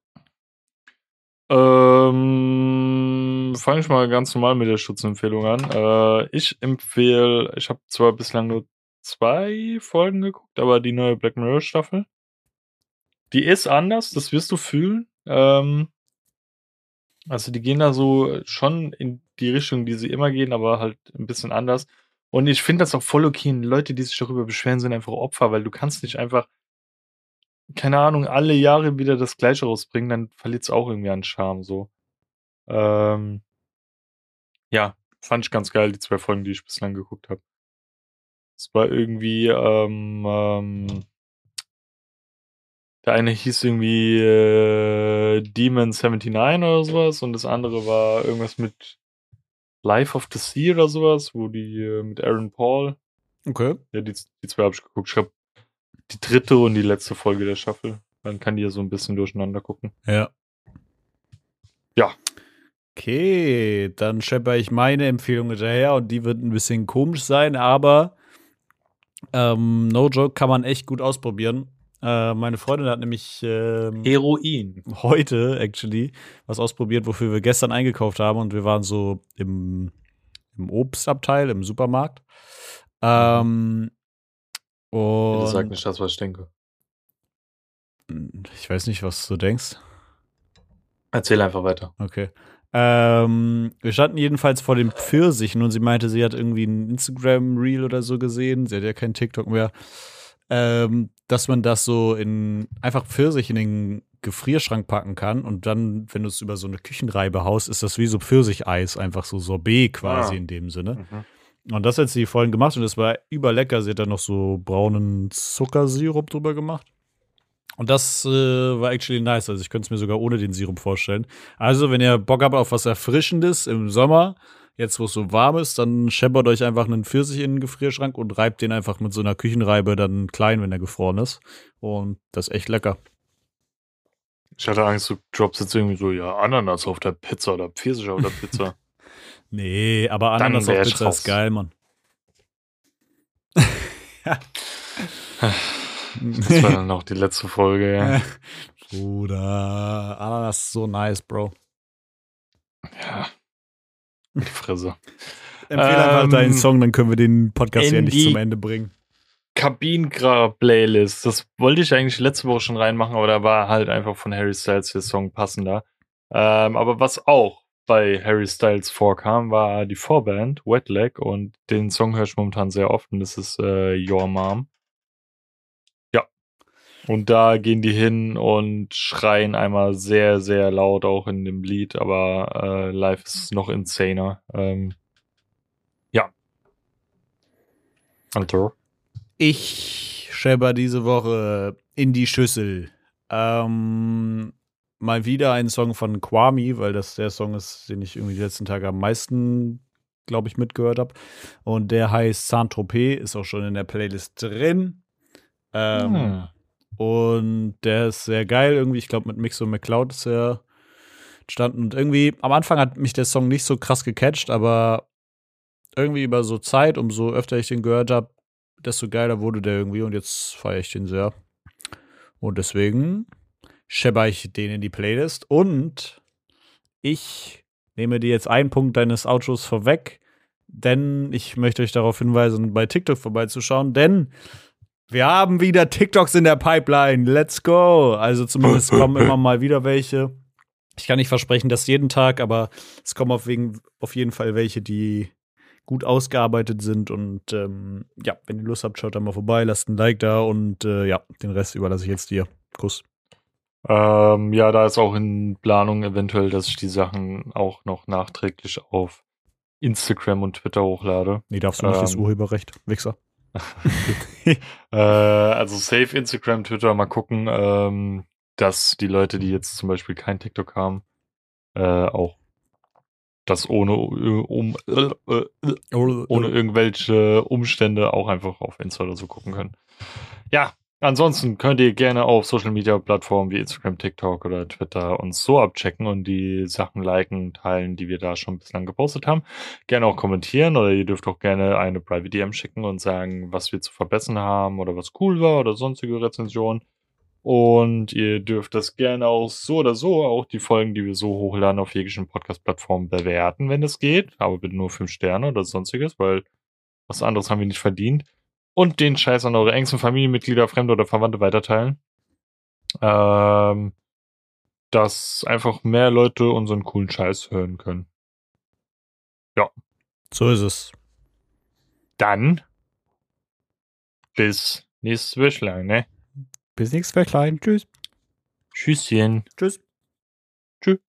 [SPEAKER 2] Fange ich mal ganz normal mit der Schutzempfehlung an. Ich empfehle, ich habe zwar bislang nur 2 Folgen geguckt, aber die neue Black Mirror Staffel, die ist anders, das wirst du fühlen. Also die gehen da so schon in die Richtung, die sie immer gehen, aber halt ein bisschen anders. Und ich finde das auch voll okay. Leute, die sich darüber beschweren, sind einfach Opfer, weil du kannst nicht einfach, keine Ahnung, alle Jahre wieder das Gleiche rausbringen, dann verliert es auch irgendwie an Charme, so. Ja, fand ich ganz geil, die 2 Folgen, die ich bislang geguckt habe. Es war irgendwie, der eine hieß irgendwie Demon 79 oder sowas und das andere war irgendwas mit Life of the Sea oder sowas, wo die mit Aaron Paul.
[SPEAKER 1] Okay.
[SPEAKER 2] Ja, die 2 habe ich geguckt. Ich habe die 3. und die letzte Folge der Staffel. Man kann die ja so ein bisschen durcheinander gucken.
[SPEAKER 1] Ja. Okay, dann schepper ich meine Empfehlung hinterher und die wird ein bisschen komisch sein, aber no joke, kann man echt gut ausprobieren. Meine Freundin hat nämlich
[SPEAKER 2] Heroin.
[SPEAKER 1] Heute, actually, was ausprobiert, wofür wir gestern eingekauft haben und wir waren so im Obstabteil, im Supermarkt. Und
[SPEAKER 2] Bitte sag nicht das, was ich denke.
[SPEAKER 1] Ich weiß nicht, was du denkst.
[SPEAKER 2] Erzähl einfach weiter.
[SPEAKER 1] Okay. Wir standen jedenfalls vor den Pfirsichen und sie meinte, sie hat irgendwie ein Instagram-Reel oder so gesehen. Sie hat ja kein TikTok mehr. Dass man das so einfach Pfirsich in den Gefrierschrank packen kann und dann, wenn du es über so eine Küchenreibe haust, ist das wie so Pfirsicheis, einfach so Sorbet quasi in dem Sinne. Und das hat sie vorhin gemacht und das war überlecker. Sie hat da noch so braunen Zuckersirup drüber gemacht. Und das war actually nice. Also ich könnte es mir sogar ohne den Sirup vorstellen. Also wenn ihr Bock habt auf was Erfrischendes im Sommer, jetzt wo es so warm ist, dann scheppert euch einfach einen Pfirsich in den Gefrierschrank und reibt den einfach mit so einer Küchenreibe dann klein, wenn er gefroren ist. Und das ist echt lecker.
[SPEAKER 2] Ich hatte Angst, du droppst jetzt irgendwie so, ja, Ananas auf der Pizza oder Pfirsich auf der Pizza.
[SPEAKER 1] Nee, aber Ananas auf Pizza ist geil, Mann.
[SPEAKER 2] Das war dann noch die letzte Folge, ja.
[SPEAKER 1] Bruder, Ananas ist so nice, Bro.
[SPEAKER 2] Ja. Die Fresse.
[SPEAKER 1] Empfehle einfach deinen Song, dann können wir den Podcast ja nicht zum Ende bringen.
[SPEAKER 2] Kabinengrab-Playlist. Das wollte ich eigentlich letzte Woche schon reinmachen, aber da war halt einfach von Harry Styles der Song passender. Aber was auch bei Harry Styles vorkam, war die Vorband Wet Leg und den Song höre ich momentan sehr oft und das ist Your Mom. Ja. Und da gehen die hin und schreien einmal sehr, sehr laut auch in dem Lied, aber live ist es noch insaner. Ja. Hunter.
[SPEAKER 1] Ich schäber diese Woche in die Schüssel. Mal wieder ein Song von Kwame, weil das der Song ist, den ich irgendwie die letzten Tage am meisten, glaube ich, mitgehört habe. Und der heißt Saint-Tropez, ist auch schon in der Playlist drin. Und der ist sehr geil irgendwie. Ich glaube, mit Mixo McCloud ist er entstanden. Und irgendwie, am Anfang hat mich der Song nicht so krass gecatcht, aber irgendwie über so Zeit, umso öfter ich den gehört habe, desto geiler wurde der irgendwie. Und jetzt feiere ich den sehr. Und deswegen schäber ich den in die Playlist. Und ich nehme dir jetzt einen Punkt deines Outros vorweg, denn ich möchte euch darauf hinweisen, bei TikTok vorbeizuschauen, denn wir haben wieder TikToks in der Pipeline. Let's go. Also zumindest kommen immer mal wieder welche. Ich kann nicht versprechen, dass jeden Tag, aber es kommen auf jeden Fall welche, die gut ausgearbeitet sind. Und ja, wenn ihr Lust habt, schaut da mal vorbei, lasst ein Like da und ja, den Rest überlasse ich jetzt dir. Kuss.
[SPEAKER 2] Ja, da ist auch in Planung eventuell, dass ich die Sachen auch noch nachträglich auf Instagram und Twitter hochlade.
[SPEAKER 1] Nee, darfst du nicht, das Urheberrecht. Wichser.
[SPEAKER 2] Also safe Instagram, Twitter, mal gucken, dass die Leute, die jetzt zum Beispiel kein TikTok haben, auch das ohne irgendwelche Umstände auch einfach auf Insta oder so gucken können. Ja, ansonsten könnt ihr gerne auf Social Media Plattformen wie Instagram, TikTok oder Twitter uns so abchecken und die Sachen liken, teilen, die wir da schon bislang gepostet haben. Gerne auch kommentieren oder ihr dürft auch gerne eine Private DM schicken und sagen, was wir zu verbessern haben oder was cool war oder sonstige Rezensionen. Und ihr dürft das gerne auch so oder so, auch die Folgen, die wir so hochladen, auf jeglichen Podcast-Plattformen bewerten, wenn es geht. Aber bitte nur 5 Sterne oder sonstiges, weil was anderes haben wir nicht verdient. Und den Scheiß an eure engsten Familienmitglieder, Fremde oder Verwandte weiterteilen. Dass einfach mehr Leute unseren coolen Scheiß hören können. Ja.
[SPEAKER 1] So ist es.
[SPEAKER 2] Dann bis nächstes Wöchlein, ne?
[SPEAKER 1] Bis nächstes Mal, klein. Tschüss.
[SPEAKER 2] Tschüsschen.
[SPEAKER 1] Tschüss.
[SPEAKER 2] Tschüss.